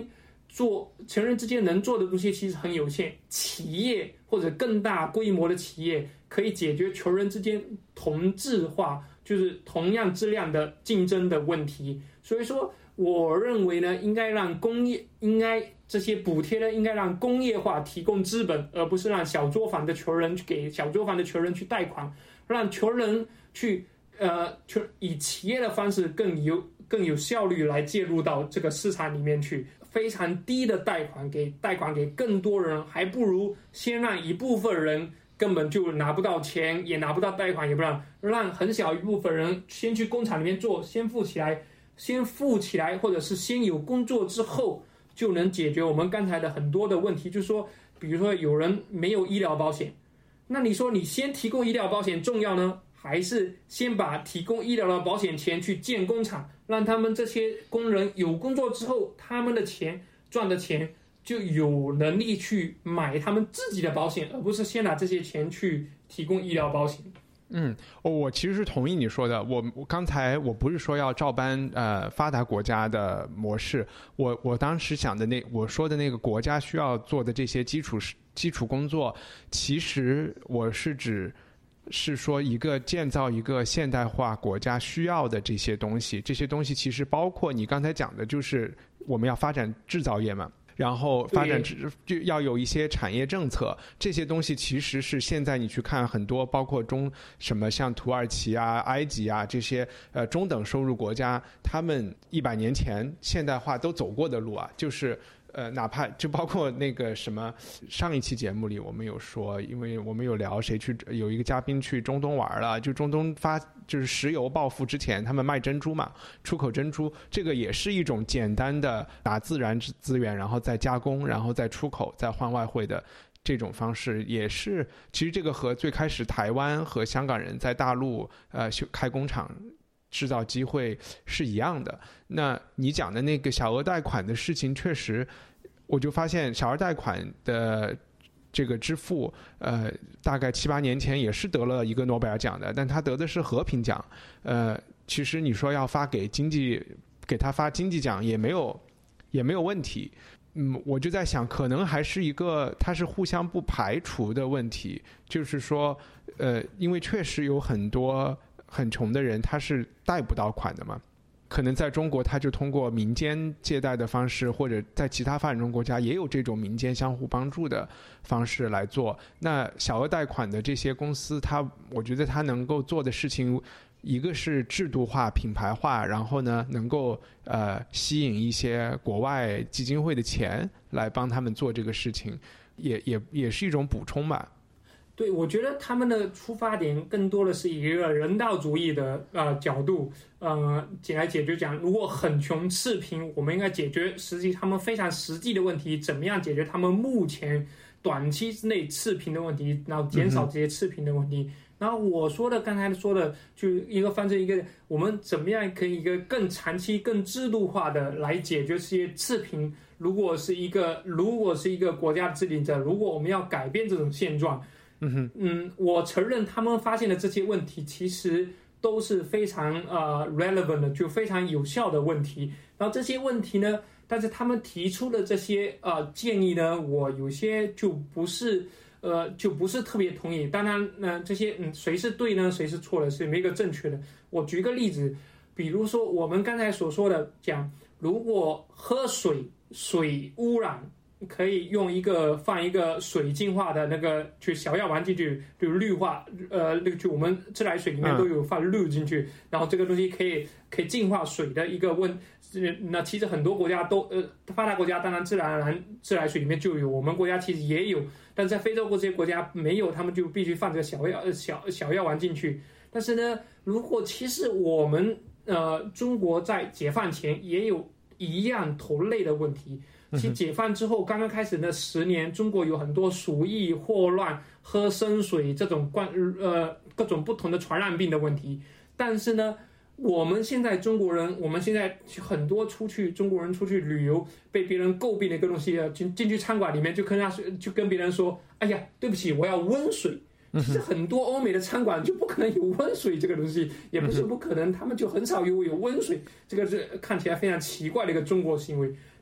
成人之间能做的东西其实很有限，企业或者更大规模的企业可以解决成人之间同质化，就是同样质量的竞争的问题。所以说我认为呢，这些补贴呢应该让工业化提供资本，而不是让小作坊的穷人给小作坊的穷人去贷款，让穷人去以企业的方式更有效率来介入到这个市场里面去。非常低的贷款给更多人，还不如先让一部分人根本就拿不到钱，也拿不到贷款，也不让很小一部分人先去工厂里面做，先富起来，或者是先有工作之后，就能解决我们刚才的很多的问题。就是说，比如说有人没有医疗保险，那你说你先提供医疗保险重要呢，还是先把提供医疗的保险钱去建工厂，让他们这些工人有工作之后，他们的钱赚的钱就有能力去买他们自己的保险，而不是先拿这些钱去提供医疗保险。 我其实是同意你说的。我刚才我不是说要照搬发达国家的模式，我当时想的我说的那个国家需要做的这些基础工作，其实我是说建造一个现代化国家需要的这些东西其实包括你刚才讲的，就是我们要发展制造业嘛，然后发展就要有一些产业政策，这些东西其实是现在你去看很多，包括什么像土耳其啊、埃及啊这些中等收入国家，他们100年前现代化都走过的路啊，就是哪怕就包括那个什么，上一期节目里我们有说，因为我们有聊有一个嘉宾去中东玩了，就中东就是石油暴富之前，他们卖珍珠嘛，出口珍珠，这个也是一种简单的拿自然资源，然后再加工，然后再出口，再换外汇的这种方式，也是其实这个和最开始台湾和香港人在大陆开工厂制造机会是一样的。那你讲的那个小额贷款的事情，确实我就发现小额贷款的这个支付大概7-8年前也是得了一个诺贝尔奖的，但他得的是和平奖。其实你说要给他发经济奖也没有问题。我就在想，可能还是它是互相不排除的问题，就是说因为确实有很多很穷的人他是贷不到款的嘛，可能在中国他就通过民间借贷的方式，或者在其他发展中国家也有这种民间相互帮助的方式来做。那小额贷款的这些公司，我觉得他能够做的事情，一个是制度化、品牌化，然后呢能够吸引一些国外基金会的钱来帮他们做这个事情，也是一种补充吧。 对，我觉得他们的出发点更多的是一个人道主义的角度，来解决讲，如果很穷赤贫，我们应该解决他们非常实际的问题，怎么样解决他们目前短期之内赤贫的问题，然后减少这些赤贫的问题。然后刚才说的，就一个方针，我们怎么样可以一个更长期、更制度化的来解决这些赤贫。如果是一个国家的制定者，如果我们要改变这种现状。我承认他们发现的这些问题其实都是非常relevant 的，就非常有效的问题。然后这些问题呢，但是他们提出的这些建议呢，我有些就不是特别同意。当然这些谁是对呢，谁是错的，是没一个正确的。我举个例子，比如说我们刚才所说的讲，如果喝水污染，可以放一个水净化的那个去小药丸进去，就绿化，就我们自来水里面都有放氯进去，然后这个东西可以净化水的一个那其实很多国家都发达国家当然自然而然自来水里面就有，我们国家其实也有，但是在非洲这些国家没有，他们就必须放这个小药丸进去。但是呢，如果其实我们中国在解放前也有一样同类的问题。其解放之后，刚刚开始的10年，中国有很多鼠疫、霍乱、喝生水这种各种不同的传染病的问题。但是呢，我们现在中国人，很多中国人出去旅游，被别人诟病的一个东西，进去餐馆里面就跟别人说：“哎呀，对不起，我要温水。”其实很多欧美的餐馆就不可能有温水这个东西，也不是不可能，他们就很少有温水。这个是看起来非常奇怪的一个中国行为。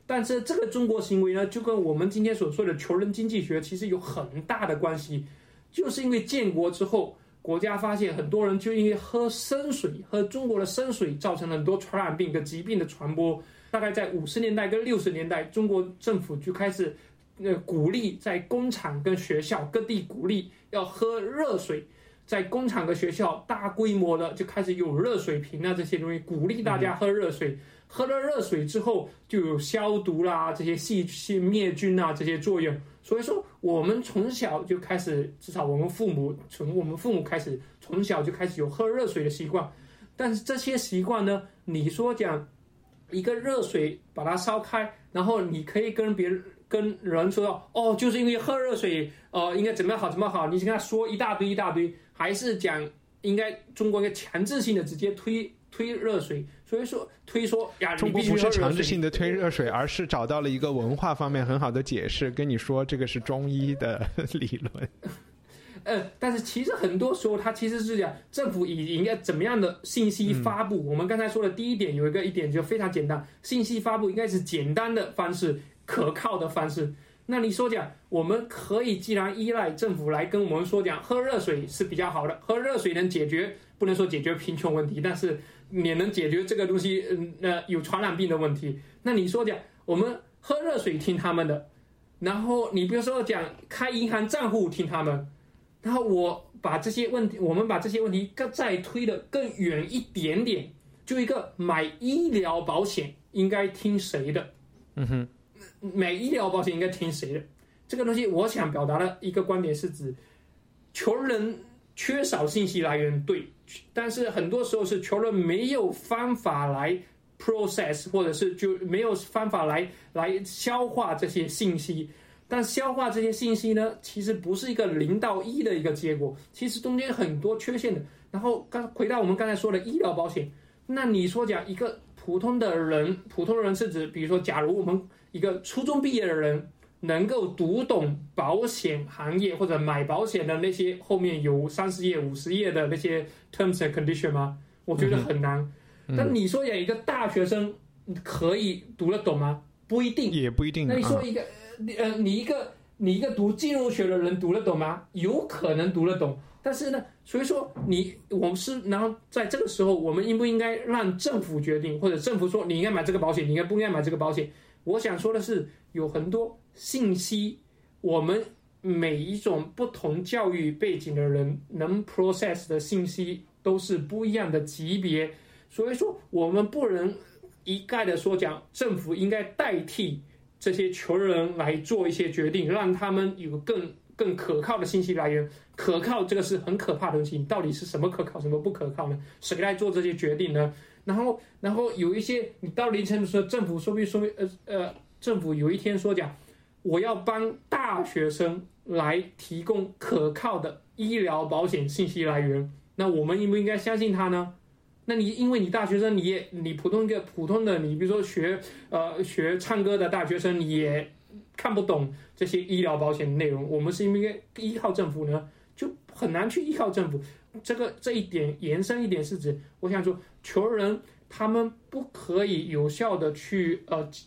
但是这个中国行为呢，就跟我们今天所说的穷人经济学其实有很大的关系，就是因为建国之后，国家发现很多人就因为喝生水，喝中国的生水，造成很多传染病跟疾病的传播。大概在50年代跟60年代，中国政府就开始鼓励在工厂跟学校各地鼓励要喝热水，在工厂跟学校大规模的就开始有热水瓶啊这些东西，鼓励大家喝热水。喝了热水之后就有消毒啦，这些细菌灭菌啊这些作用。所以说我们从小就开始，至少我们父母开始从小就开始有喝热水的习惯。但是这些习惯呢，你说讲一个热水把它烧开，然后你可以跟人说哦，就是因为喝热水应该怎么好怎么好，你跟他说一大堆，还是讲应该中国应该强制性的直接推热水。所以说呀， 中国不是强制性的推热水，而是找到了一个文化方面很好的解释，跟你说这个是中医的理论。 但是其实很多时候它其实是讲政府应该怎么样的信息发布。我们刚才说的第一点有一点就非常简单，信息发布应该是简单的方式，可靠的方式。那你说讲我们可以既然依赖政府来跟我们说讲喝热水是比较好的，喝热水能解决，不能说解决贫穷问题，但是也能解决这个东西有传染病的问题。那你说讲我们喝热水听他们的，然后你比如说讲开银行账户听他们，然后我们把这些问题再推得更远一点点，就一个买医疗保险应该听谁的？买医疗保险应该听谁的？这个东西我想表达的一个观点是指，穷人缺少信息来源，对，但是很多时候是穷人没有方法来 process， 或者是就没有方法来消化这些信息。但消化这些信息呢，其实不是一个0到1的一个结果，其实中间很多缺陷的。然后回到我们刚才说的医疗保险，那你说讲一个普通人是指，比如说假如我们一个初中毕业的人能够读懂保险行业或者买保险的那些后面有30页50页的那些 terms and condition 吗？我觉得很难。但你说讲一个大学生可以读得懂吗？不一定， 也不一定。 那你说一个你一个读金融学的人读得懂吗？有可能读得懂，但是呢，所以说然后在这个时候，我们应不应该让政府决定，或者政府说你应该买这个保险，你应该不应该买这个保险？我想说的是，有很多信息，我们每一种不同教育背景的人能 process 的信息都是不一样的级别，所以说我们不能一概的说讲政府应该代替这些穷人来做一些决定，让他们有更可靠的信息来源。可靠这个是很可怕的东西，到底是什么可靠什么不可靠呢？谁来做这些决定呢？然后有一些你到凌晨的时候，政府政府有一天说讲我要帮大学生来提供可靠的医疗保险信息来源，那我们应不应该相信他呢？那因为你大学生，你普通的，你比如说学唱歌的大学生，你也看不懂这些医疗保险的内容，我们是应该依靠政府呢？就很难去依靠政府。这一点延伸一点是指，我想说，穷人他们不可以有效的去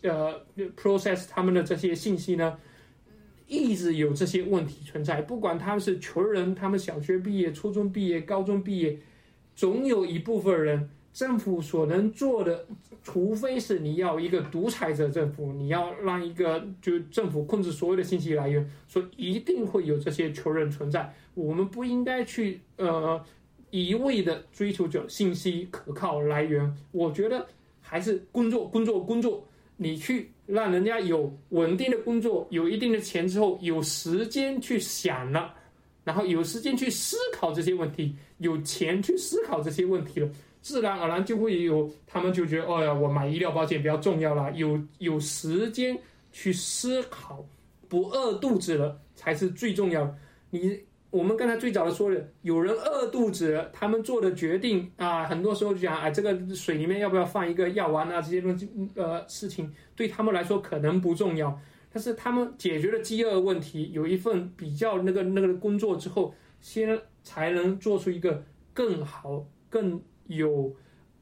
process 他们的这些信息呢，一直有这些问题存在。不管他们是穷人，他们小学毕业、初中毕业、高中毕业，总有一部分人，政府所能做的，除非是你要一个独裁者政府，你要让一个就政府控制所有的信息来源，所以一定会有这些穷人存在。我们不应该去一味的追求着信息可靠来源。我觉得还是工作，你去让人家有稳定的工作，有一定的钱之后，有时间去想了，然后有时间去思考这些问题，有钱去思考这些问题了，自然而然就会有他们就觉得，哦呀，我买医疗保险比较重要啦，有时间去思考，不饿肚子了才是最重要的。我们刚才最早的说的，有人饿肚子了，他们做的决定啊，很多时候就讲，这个水里面要不要放一个药丸啊，这些东西事情对他们来说可能不重要，但是他们解决了饥饿问题，有一份比较那个工作之后，才能做出一个更好、更有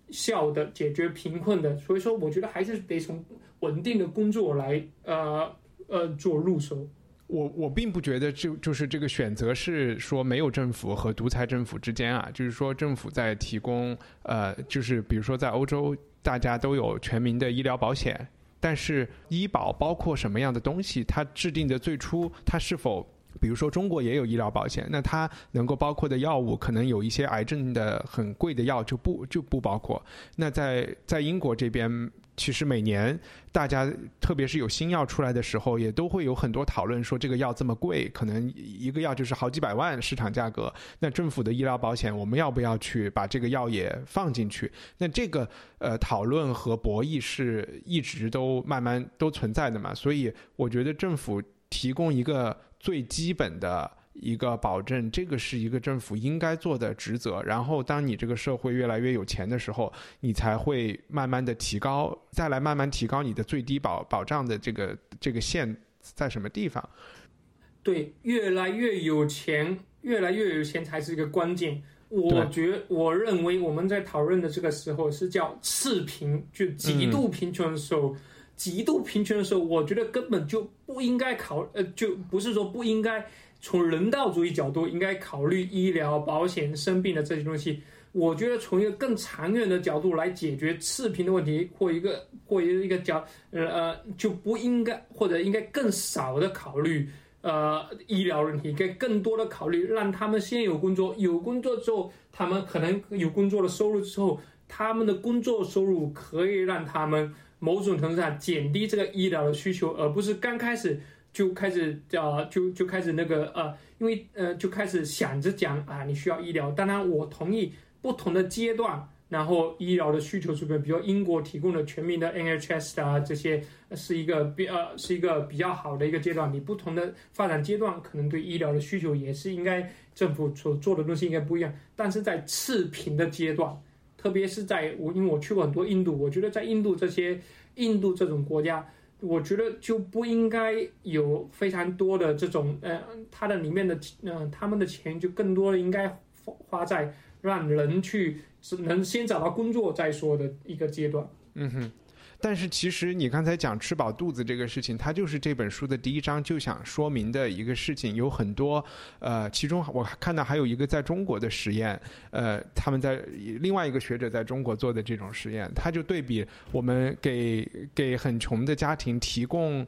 效的解决贫困的。所以说我觉得还是得从稳定的工作来做入手。 我并不觉得就是这个选择是说没有政府和独裁政府之间啊，就是说政府在提供就是比如说在欧洲大家都有全民的医疗保险，但是医保包括什么样的东西，它制定的最初它是否比如说中国也有医疗保险，那它能够包括的药物可能有一些癌症的很贵的药就不包括。那在英国这边其实每年大家特别是有新药出来的时候也都会有很多讨论，说这个药这么贵，可能一个药就是好几百万市场价格，那政府的医疗保险我们要不要去把这个药也放进去？那这个讨论和博弈是一直都慢慢都存在的嘛，所以我觉得政府提供一个最基本的一个保证，这个是一个政府应该做的职责。然后当你这个社会越来越有钱的时候，你才会慢慢的提高，再来慢慢提高你的最低保障的这个线在什么地方。 对，越来越有钱才是一个关键。我认为我们在讨论的这个时候是叫次贫，就极度贫穷的时候。极度贫穷的时候，我觉得根本就不应该就不是说不应该从人道主义角度应该考虑医疗保险生病的这些东西。我觉得从一个更长远的角度来解决次贫的问题，或一个就不应该或者应该更少的考虑医疗问题，应该更多的考虑让他们先有工作，有工作之后，他们可能有工作的收入之后，他们的工作收入可以让他们某种程度上减低这个医疗的需求，而不是刚开始就开始就开始因为就开始想着讲你需要医疗。当然我同意不同的阶段，然后医疗的需求水平，比如英国提供的全民的 NHS 这些是一个比较好的一个阶段。你不同的发展阶段，可能对医疗的需求也是应该政府所做的东西应该不一样。但是在次贫的阶段，特别是因为我去过很多印度，我觉得在印度这种国家，我觉得就不应该有非常多的这种它的里面的他们的钱就更多的应该花在让人去能先找到工作再说的一个阶段。 但是其实你刚才讲吃饱肚子这个事情，它就是这本书的第一章就想说明的一个事情。有很多其中我看到还有一个在中国的实验，他们在另外一个学者在中国做的这种实验，他就对比我们给很穷的家庭提供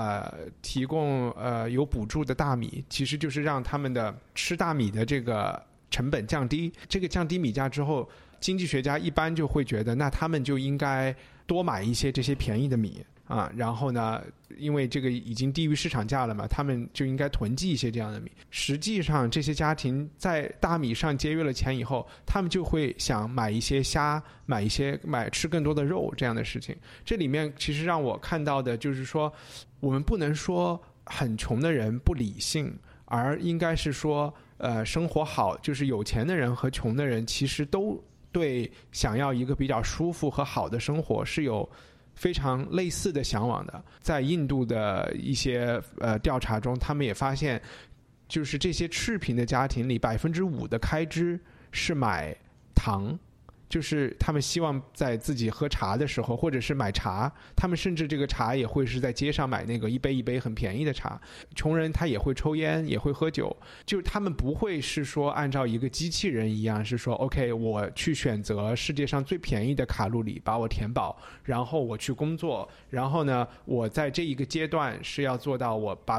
有补助的大米，其实就是让他们的吃大米的这个成本降低。这个降低米价之后，经济学家一般就会觉得，那他们就应该多买一些这些便宜的米啊，然后呢，因为这个已经低于市场价了嘛，他们就应该囤积一些这样的米。实际上，这些家庭在大米上节约了钱以后，他们就会想买一些虾，吃更多的肉这样的事情。这里面其实让我看到的就是说，我们不能说很穷的人不理性，而应该是说，生活好，就是有钱的人和穷的人其实都对想要一个比较舒服和好的生活是有非常类似的向往的。在印度的一些调查中，他们也发现，就是这些赤贫的家庭里5%的开支是买糖，就是他们希望在自己喝茶的时候，或者是买茶，他们甚至这个茶也会是在街上买那个一杯一杯很便宜的茶。穷人他也会抽烟，也会喝酒，就他们不会是说按照一个机器人一样，是说 OK 我去选择世界上最便宜的卡路里把我填饱，然后我去工作，然后呢我在这一个阶段是要做到我把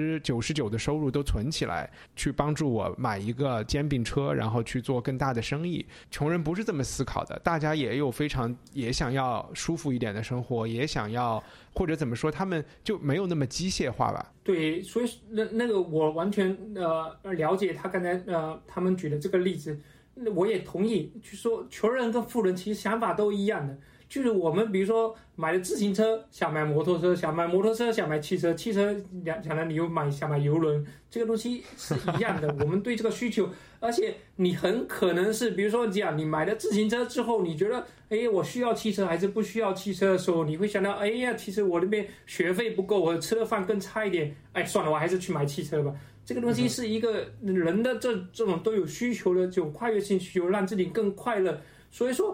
99%的收入都存起来，去帮助我买一个煎饼车，然后去做更大的生意。穷人不是这么思考的，大家也想要舒服一点的生活，也想要，或者怎么说，他们就没有那么机械化吧。 对，所以那个我完全了解他刚才他们举的这个例子，我也同意，就说穷人跟富人其实想法都一样的，就是我们比如说买了自行车想买摩托车，想买摩托车想买汽车，汽车想来你又想买邮轮，这个东西是一样的。我们对这个需求，而且你很可能是比如说这样，你买了自行车之后，你觉得我需要汽车还是不需要汽车的时候，你会想到其实我那边学费不够，我吃的饭更差一点，算了，我还是去买汽车吧。这个东西是一个人的这种都有需求的这种跨越性需求，让自己更快乐。所以说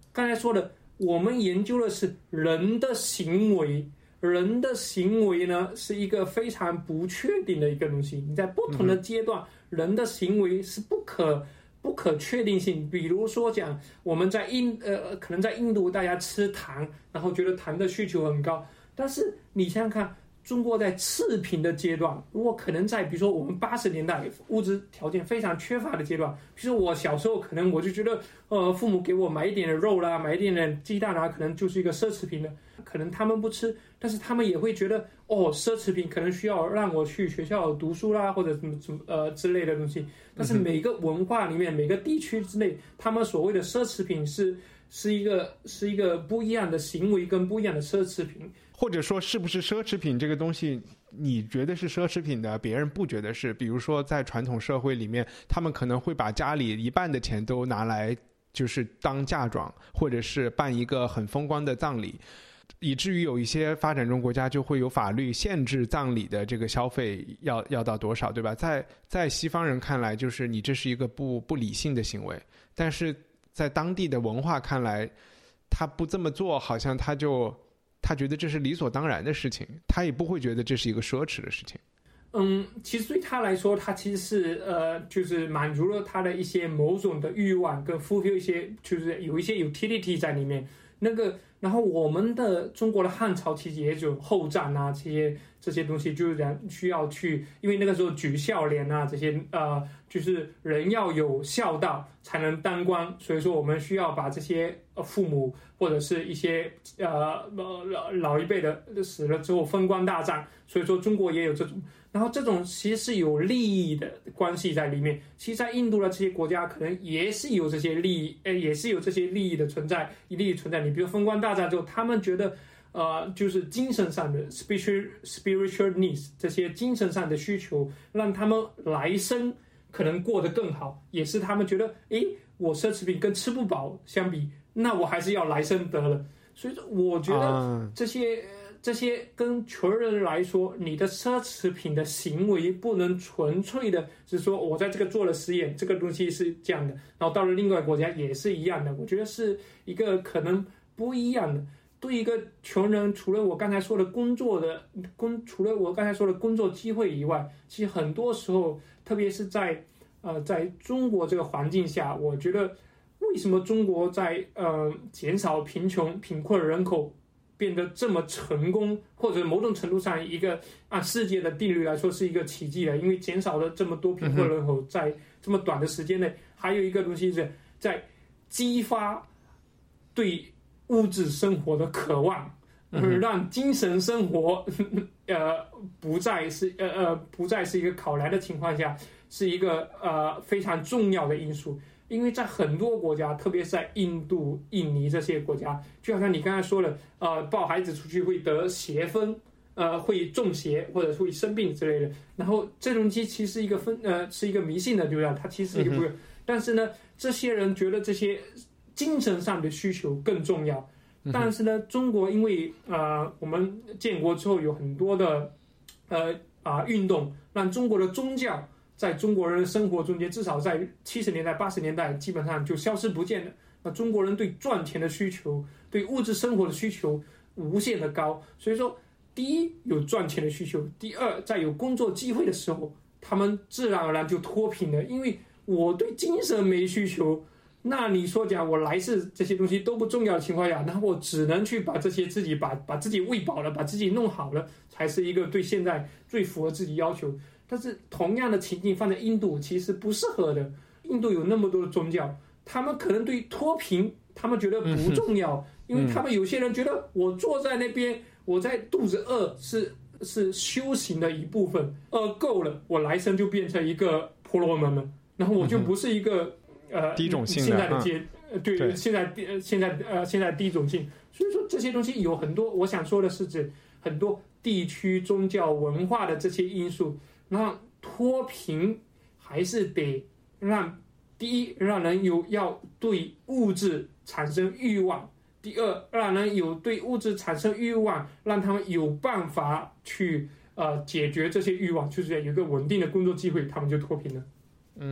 刚才说的，我们研究的是人的行为，人的行为呢是一个非常不确定的一个东西，你在不同的阶段，人的行为是不可确定性。比如说讲，我们在可能在印度大家吃糖，然后觉得糖的需求很高，但是你想想看，中国在次贫的阶段，如果可能在比如说我们80年代物质条件非常缺乏的阶段，比如说我小时候可能我就觉得父母给我买一点的肉啦，买一点的鸡蛋啦，可能就是一个奢侈品的，可能他们不吃，但是他们也会觉得奢侈品可能需要让我去学校读书啦，或者什么之类的东西。但是每个文化里面，每个地区之内，他们所谓的奢侈品是一个不一样的行为跟不一样的奢侈品。 或者说是不是奢侈品这个东西你觉得是奢侈品的，别人不觉得是。比如说在传统社会里面，他们可能会把家里一半的钱都拿来就是当嫁妆，或者是办一个很风光的葬礼，以至于有一些发展中国家就会有法律限制葬礼的这个消费要到多少，对吧？在西方人看来，就是你这是一个不理性的行为，但是在当地的文化看来，他不这么做，好像他觉得这是理所当然的事情，他也不会觉得这是一个奢侈的事情。 其实对他来说，他其实是就是满足了他的一些某种的欲望，跟 fulfill 一些就是有一些 utility 在里面。然后我们的中国的汉朝其实也有后战啊，这些东西就是人需要去，因为那个时候举孝廉啊，这些就是人要有孝道才能当官，所以说我们需要把这些父母或者是一些老一辈的死了之后封官大葬，所以说中国也有这种。然后这种其实是有利益的关系在里面，其实在印度的这些国家可能也是有这些利益，也是有这些利益的存在，你比如封官大葬之后，他们觉得就是精神上的 spiritual needs 这些精神上的需求，让他们来生可能过得更好，也是他们觉得我奢侈品跟吃不饱相比，那我还是要来生得了。所以说我觉得这些跟穷人来说，你的奢侈品的行为不能纯粹的是说我在这个做了实验，这个东西是这样的，然后到了另外国家也是一样的。我觉得是一个可能不一样的。对一个穷人，除了我刚才说的除了我刚才说的工作机会以外，其实很多时候，特别是在中国这个环境下，我觉得为什么中国在减少贫困人口变得这么成功，或者某种程度上一个按世界的定律来说是一个奇迹的，因为减少了这么多贫困人口，在这么短的时间内，还有一个东西是在激发对物质生活的渴望，让精神生活不再是一个考量的情况下，是一个非常重要的因素。因为在很多国家，特别是在印度、印尼这些国家，就好像你刚才说的，抱孩子出去会得邪风，会中邪或者会生病之类的。然后这种其实是一个迷信的，对吧？它其实也不是。但是呢，这些人觉得这些精神上的需求更重要。但是呢，中国因为我们建国之后有很多的运动，让中国的宗教在中国人的生活中间，至少在70年代、80年代，基本上就消失不见了。那中国人对赚钱的需求，对物质生活的需求无限的高，所以说，第一有赚钱的需求，第二在有工作机会的时候，他们自然而然就脱贫了。因为我对精神没需求，那你说讲我来世这些东西都不重要的情况下，那我只能去把这些把自己喂饱了，把自己弄好了，才是一个对现在最符合自己要求。但是同样的情境放在印度其实不适合的。印度有那么多的宗教，他们可能对脱贫他们觉得不重要，因为他们有些人觉得我坐在那边，我在肚子饿是修行的一部分，饿够了，我来生就变成一个婆罗门了，然后我就不是一个低种姓的现在的对，现在低种姓。所以说这些东西有很多，我想说的是指很多地区宗教文化的这些因素。那脱贫还是得第一让人要对物质产生欲望，第二让人有对物质产生欲望，让他们有办法去解决这些欲望，就是有一个稳定的工作机会，他们就脱贫了。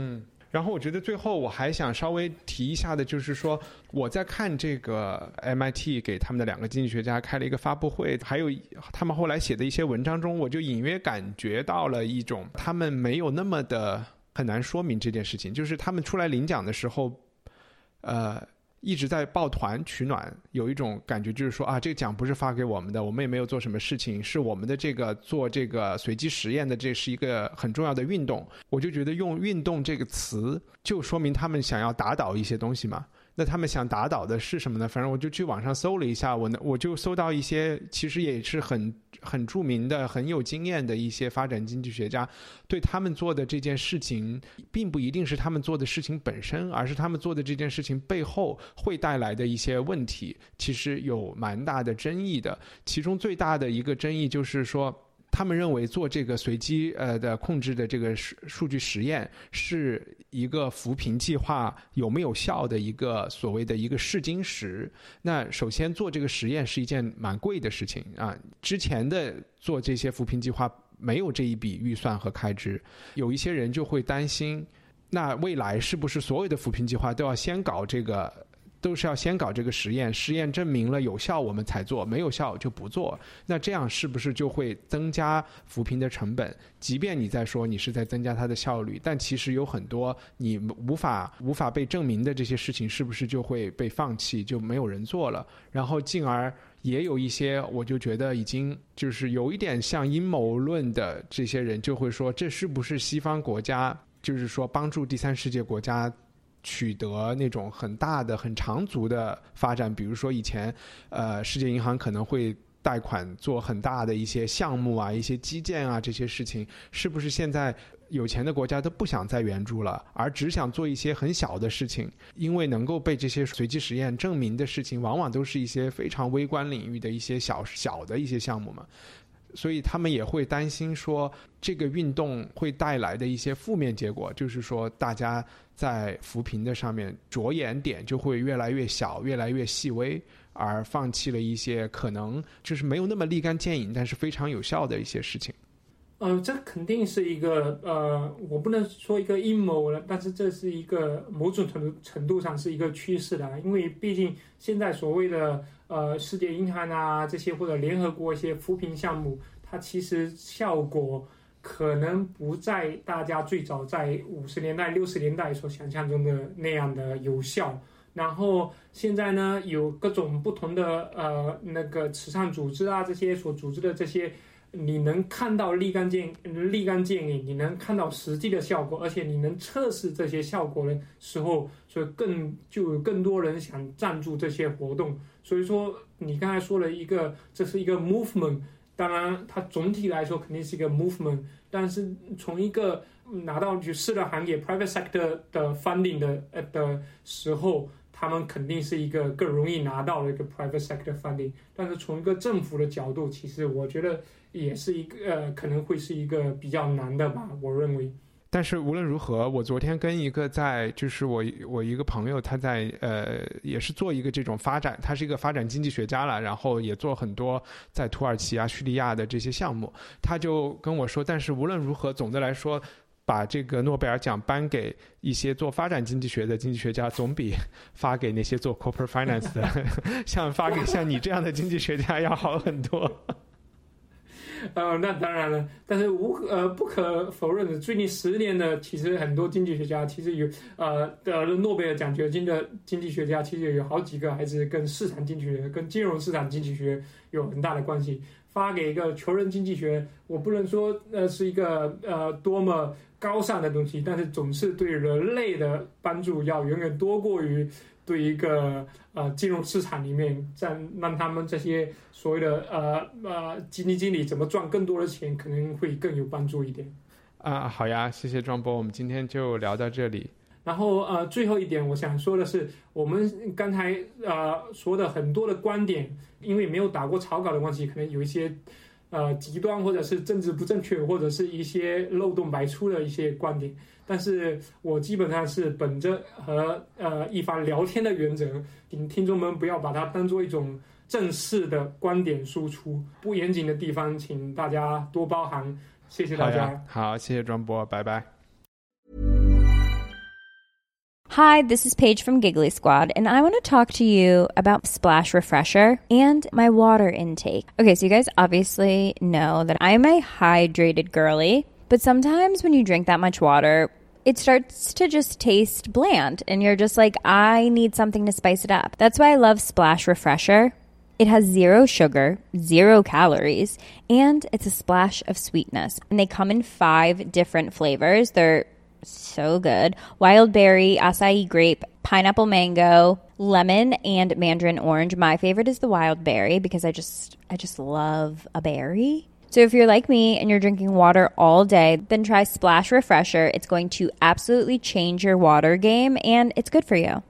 然后我觉得最后我还想稍微提一下的就是说，我在看这个 MIT 给他们的2个经济学家开了一个发布会，还有他们后来写的一些文章中，我就隐约感觉到了一种他们没有那么的很难说明这件事情，就是他们出来领奖的时候一直在抱团取暖，有一种感觉就是说啊，这个奖不是发给我们的，我们也没有做什么事情，是我们的这个做这个随机实验的，这是一个很重要的运动。我就觉得用运动这个词就说明他们想要打倒一些东西嘛。那他们想打倒的是什么呢？反正我就去网上搜了一下，我就搜到一些其实也是很著名的很有经验的一些发展经济学家，对他们做的这件事情并不一定是他们做的事情本身，而是他们做的这件事情背后会带来的一些问题，其实有蛮大的争议的。其中最大的一个争议就是说，他们认为做这个随机的控制的这个数据实验是一个扶贫计划有没有效的一个所谓的一个试金石。那首先做这个实验是一件蛮贵的事情啊，之前的做这些扶贫计划没有这一笔预算和开支，有一些人就会担心，那未来是不是所有的扶贫计划都是要先搞这个实验，实验证明了有效我们才做，没有效就不做。那这样是不是就会增加扶贫的成本？即便你在说你是在增加它的效率，但其实有很多你无法被证明的这些事情，是不是就会被放弃，就没有人做了？然后进而也有一些我就觉得已经就是有一点像阴谋论的这些人就会说，这是不是西方国家就是说帮助第三世界国家取得那种很大的很长足的发展，比如说以前世界银行可能会贷款做很大的一些项目啊，一些基建啊，这些事情是不是现在有钱的国家都不想再援助了，而只想做一些很小的事情？因为能够被这些随机实验证明的事情往往都是一些非常微观领域的一些小的一些项目嘛，所以他们也会担心说这个运动会带来的一些负面结果，就是说大家在扶贫的上面着眼点就会越来越小，越来越细微，而放弃了一些可能就是没有那么立竿见影但是非常有效的一些事情。 这肯定是一个我不能说一个阴谋了，但是这是一个某种程度上是一个趋势的，因为毕竟现在所谓的世界银行啊这些或者联合国一些扶贫项目，它其实效果可能不在大家最早在50年代60年代所想象中的那样的有效。然后现在呢，有各种不同的那个慈善组织啊，这些所组织的这些，你能看到立竿见影，你能看到实际的效果，而且你能测试这些效果的时候，所以就有更多人想赞助这些活动。所以说你刚才说了这是一个 movement， 当然它总体来说肯定是一个 movement， 但是从一个拿到去私人行业 private sector 的 funding 的时候，他们肯定是一个更容易拿到的一个 private sector funding， 但是从一个政府的角度，其实我觉得也是一个可能会是一个比较难的吧，我认为。 但是无论如何，我昨天跟一个就是我一个朋友，他在也是做一个这种发展，他是一个发展经济学家了，然后也做很多在土耳其啊、叙利亚的这些项目，他就跟我说，但是无论如何，总的来说，把这个诺贝尔奖颁给一些做发展经济学的经济学家，总比发给那些做 corporate finance 的发给像你这样的经济学家要好很多。 那当然了，但是不可否认的，最近10年的其实很多经济学家其实有得了诺贝尔奖学金的经济学家，其实有好几个还是跟市场经济学、跟金融市场经济学有很大的关系。发给一个穷人经济学，我不能说是一个多么高尚的东西，但是总是对人类的帮助要远远多过于对一个金融市场里面让他们这些所谓的基金经理怎么赚更多的钱，可能会更有帮助一点。 好呀，谢谢庄博，我们今天就聊到这里。 然后最后一点我想说的是，我们刚才说的很多的观点，因为没有打过草稿的关系，可能有一些极端或者是政治不正确，或者是一些漏洞百出的一些观点，但是我基本上是本着和一凡聊天的原则，请听众们不要把它当做一种正式的观点输出，不严谨的地方请大家多包涵，谢谢大家。 好，谢谢庄博，拜拜。 Hi, this is Paige from Giggly Squad, and I want to talk to you about Splash Refresher and my water intake. Okay, so you guys obviously know that I'm a hydrated girly, but sometimes when you drink that much water, it starts to just taste bland, and you're just like, I need something to spice it up. That's why I love Splash Refresher. It has 0 sugar, 0 calories, and it's a splash of sweetness. And they come in 5 different flavors. They're so good. Wild berry, acai grape, pineapple mango, lemon, and mandarin orange. My favorite is the wild berry because I just love a berry. So if you're like me and you're drinking water all day, then try Splash Refresher. It's going to absolutely change your water game, and it's good for you.